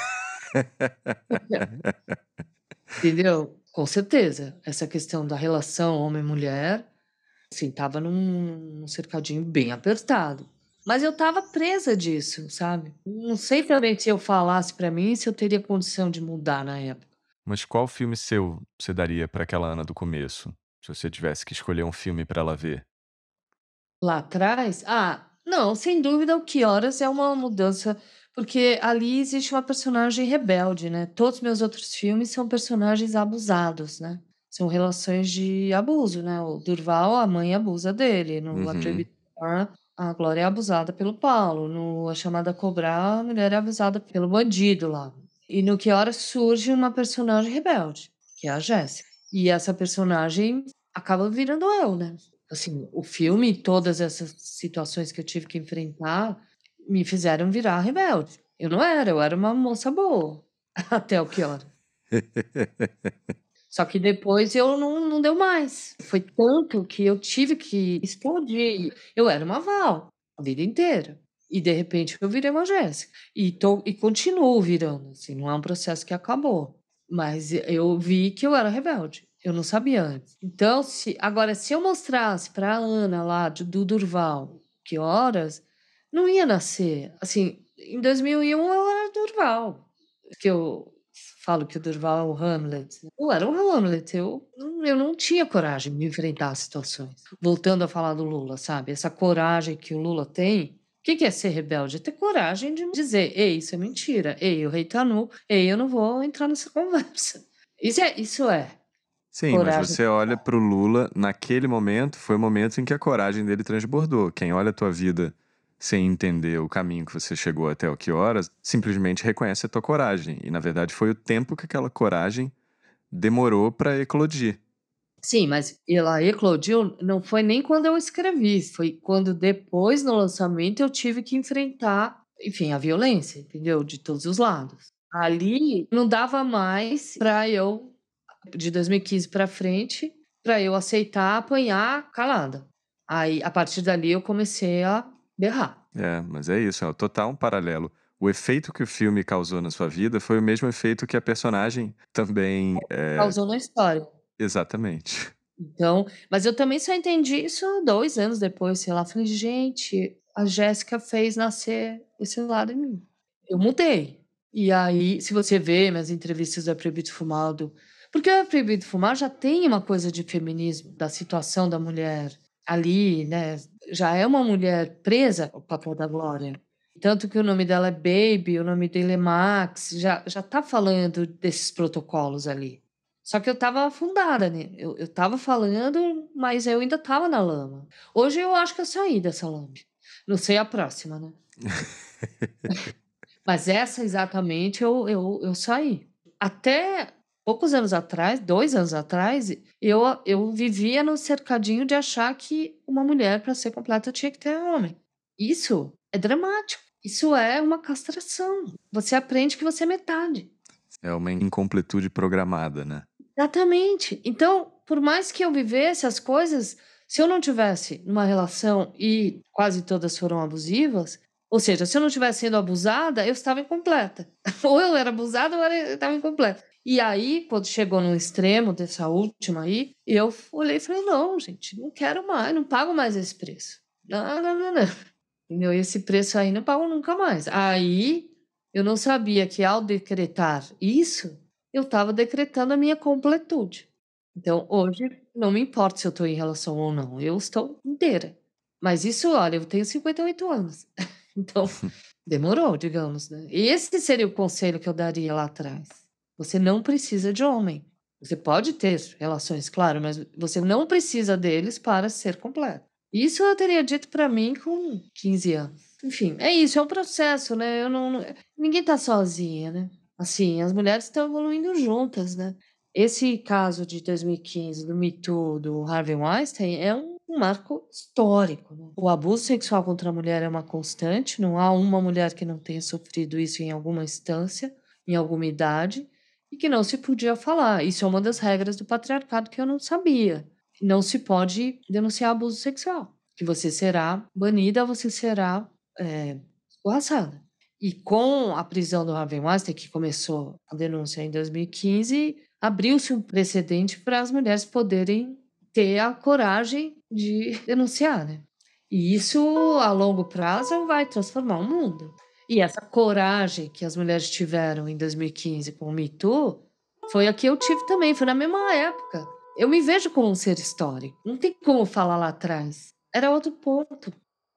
Entendeu? Com certeza. Essa questão da relação homem-mulher, assim, estava num cercadinho bem apertado. Mas eu estava presa disso, sabe? Não sei também se eu falasse pra mim, se eu teria condição de mudar na época. Mas qual filme seu você daria para aquela Ana do começo? Se você tivesse que escolher um filme para ela ver? Lá atrás? Ah, não, sem dúvida, o Que Horas é uma mudança, porque ali existe uma personagem rebelde, né? Todos os meus outros filmes são personagens abusados, né? São relações de abuso, né? O Durval, a mãe abusa dele. No A Uhum. Proibida Amar, a Glória é abusada pelo Paulo. No A Chamada a Cobrar, a mulher é abusada pelo bandido lá. E no Que Horas surge uma personagem rebelde, que é a Jéssica. E essa personagem acaba virando eu, né? Assim, o filme e todas essas situações que eu tive que enfrentar me fizeram virar rebelde. Eu era uma moça boa, até o que hora. Só que depois eu não deu mais. Foi tanto que eu tive que explodir. Eu era uma Val a vida inteira. E de repente eu virei uma Jéssica. E continuo virando, assim, não é um processo que acabou. Mas eu vi que eu era rebelde. Eu não sabia antes. Então, se eu mostrasse para a Ana lá do Durval Que Horas, não ia nascer. Assim, Em 2001 eu era Durval, que eu falo que o Durval é o Hamlet. Eu era o Hamlet, eu não tinha coragem de me enfrentar às situações. Voltando a falar do Lula, sabe? Essa coragem que o Lula tem. O que é ser rebelde? É ter coragem de dizer, ei, isso é mentira, ei, o rei tá nu, ei, eu não vou entrar nessa conversa. Isso é Sim, mas coragem. você olha pro Lula, naquele momento, foi o momento em que a coragem dele transbordou. Quem olha a tua vida sem entender o caminho que você chegou até o que horas, simplesmente reconhece a tua coragem. E, na verdade, foi o tempo que aquela coragem demorou para eclodir. Sim, mas ela eclodiu não foi nem quando eu escrevi, foi quando depois, no lançamento, eu tive que enfrentar, enfim, a violência, entendeu? De todos os lados. Ali não dava mais para eu, de 2015 para frente, para eu aceitar apanhar calada. Aí, a partir dali, eu comecei a berrar. Mas é isso, é total um paralelo. O efeito que o filme causou na sua vida foi o mesmo efeito que a personagem também. Causou na história. Exatamente. Então, mas eu também só entendi isso 2 anos depois, sei lá, falei: "Gente, a Jéssica fez nascer esse lado em mim". Eu mudei. E aí, se você vê minhas entrevistas do É Proibido Fumar porque o É Proibido Fumar já tem uma coisa de feminismo, da situação da mulher ali, né, já é uma mulher presa ao papel da Glória. Tanto que o nome dela é Baby, o nome dele é Max, já tá falando desses protocolos ali. Só que eu estava afundada, né, eu estava falando, mas eu ainda estava na lama. Hoje eu acho que eu saí dessa lama. Não sei a próxima, né. Mas essa exatamente eu saí. Até poucos anos atrás, 2 anos atrás, eu vivia no cercadinho de achar que uma mulher para ser completa tinha que ter homem. Isso é dramático, isso é uma castração. Você aprende que você é metade. É uma incompletude programada, né? Exatamente. Então, por mais que eu vivesse as coisas, se eu não tivesse numa relação e quase todas foram abusivas, ou seja, se eu não estivesse sendo abusada, eu estava incompleta. Ou eu era abusada ou eu estava incompleta. E aí, quando chegou no extremo dessa última aí, eu olhei e falei: não, gente, não quero mais, não pago mais esse preço. Não, não, não, não. Entendeu? Esse preço aí não pago nunca mais. Aí eu não sabia que ao decretar isso, eu estava decretando a minha completude. Então, hoje, não me importa se eu estou em relação ou não, eu estou inteira. Mas isso, olha, eu tenho 58 anos. Então, demorou, digamos, né? Esse seria o conselho que eu daria lá atrás. Você não precisa de homem. Você pode ter relações, claro, mas você não precisa deles para ser completo. Isso eu teria dito para mim com 15 anos. Enfim, é isso, é um processo, né? Ninguém tá sozinha, né? Assim, as mulheres estão evoluindo juntas, né? Esse caso de 2015 do Me Too, do Harvey Weinstein, é um marco histórico, né? O abuso sexual contra a mulher é uma constante, não há uma mulher que não tenha sofrido isso em alguma instância, em alguma idade, e que não se podia falar. Isso é uma das regras do patriarcado que eu não sabia. Não se pode denunciar abuso sexual, que você será banida, você será escorraçada. E com a prisão do Harvey Weinstein, que começou a denúncia em 2015, abriu-se um precedente para as mulheres poderem ter a coragem de denunciar, né? E isso, a longo prazo, vai transformar o mundo. E essa coragem que as mulheres tiveram em 2015 com o Me Too foi a que eu tive também, foi na mesma época. Eu me vejo como um ser histórico. Não tem como falar lá atrás. Era outro ponto.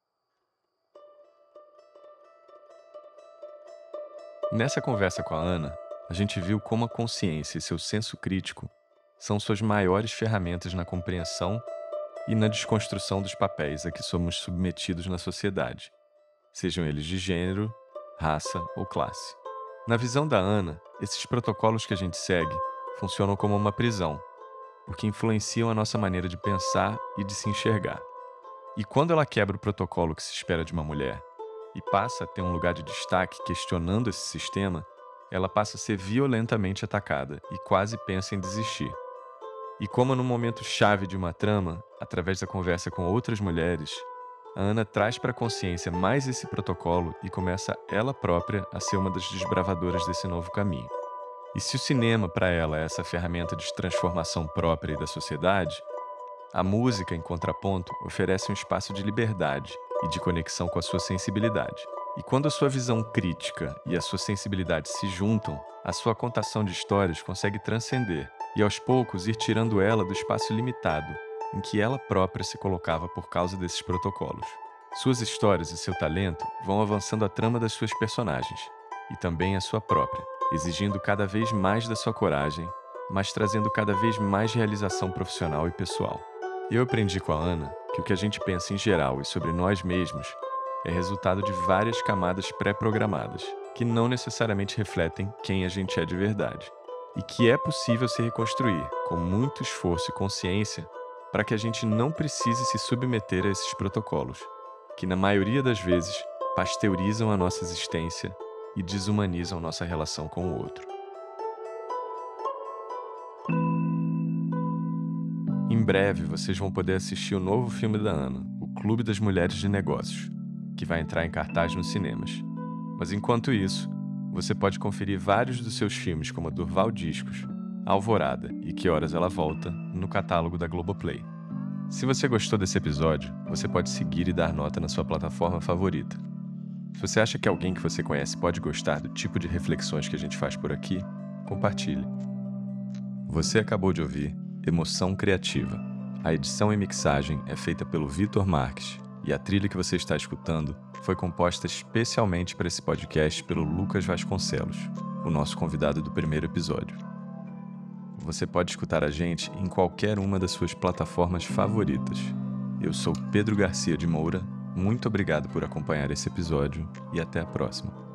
Nessa conversa com a Ana, a gente viu como a consciência e seu senso crítico são suas maiores ferramentas na compreensão e na desconstrução dos papéis a que somos submetidos na sociedade, sejam eles de gênero, raça ou classe. Na visão da Ana, esses protocolos que a gente segue funcionam como uma prisão, porque influenciam a nossa maneira de pensar e de se enxergar. E quando ela quebra o protocolo que se espera de uma mulher e passa a ter um lugar de destaque questionando esse sistema, ela passa a ser violentamente atacada e quase pensa em desistir. E como no momento chave de uma trama, através da conversa com outras mulheres, a Ana traz para a consciência mais esse protocolo e começa ela própria a ser uma das desbravadoras desse novo caminho. E se o cinema para ela é essa ferramenta de transformação própria e da sociedade, a música, em contraponto, oferece um espaço de liberdade e de conexão com a sua sensibilidade. E quando a sua visão crítica e a sua sensibilidade se juntam, a sua contação de histórias consegue transcender e aos poucos ir tirando ela do espaço limitado em que ela própria se colocava por causa desses protocolos. Suas histórias e seu talento vão avançando a trama das suas personagens, e também a sua própria, exigindo cada vez mais da sua coragem, mas trazendo cada vez mais realização profissional e pessoal. Eu aprendi com a Ana que o que a gente pensa em geral e sobre nós mesmos é resultado de várias camadas pré-programadas, que não necessariamente refletem quem a gente é de verdade, e que é possível se reconstruir com muito esforço e consciência para que a gente não precise se submeter a esses protocolos, que na maioria das vezes pasteurizam a nossa existência e desumanizam nossa relação com o outro. Em breve, vocês vão poder assistir o novo filme da Ana, O Clube das Mulheres de Negócios, que vai entrar em cartaz nos cinemas. Mas enquanto isso, você pode conferir vários dos seus filmes como a Durval Discos, Alvorada e Que Horas Ela Volta no catálogo da Globoplay. Se você gostou desse episódio, você pode seguir e dar nota na sua plataforma favorita. Se você acha que alguém que você conhece pode gostar do tipo de reflexões que a gente faz por aqui, compartilhe. Você acabou de ouvir Emoção Criativa. A edição e mixagem é feita pelo Vitor Marques e a trilha que você está escutando foi composta especialmente para esse podcast pelo Lucas Vasconcelos, o nosso convidado do primeiro episódio. Você pode escutar a gente em qualquer uma das suas plataformas favoritas. Eu sou Pedro Garcia de Moura, muito obrigado por acompanhar esse episódio e até a próxima.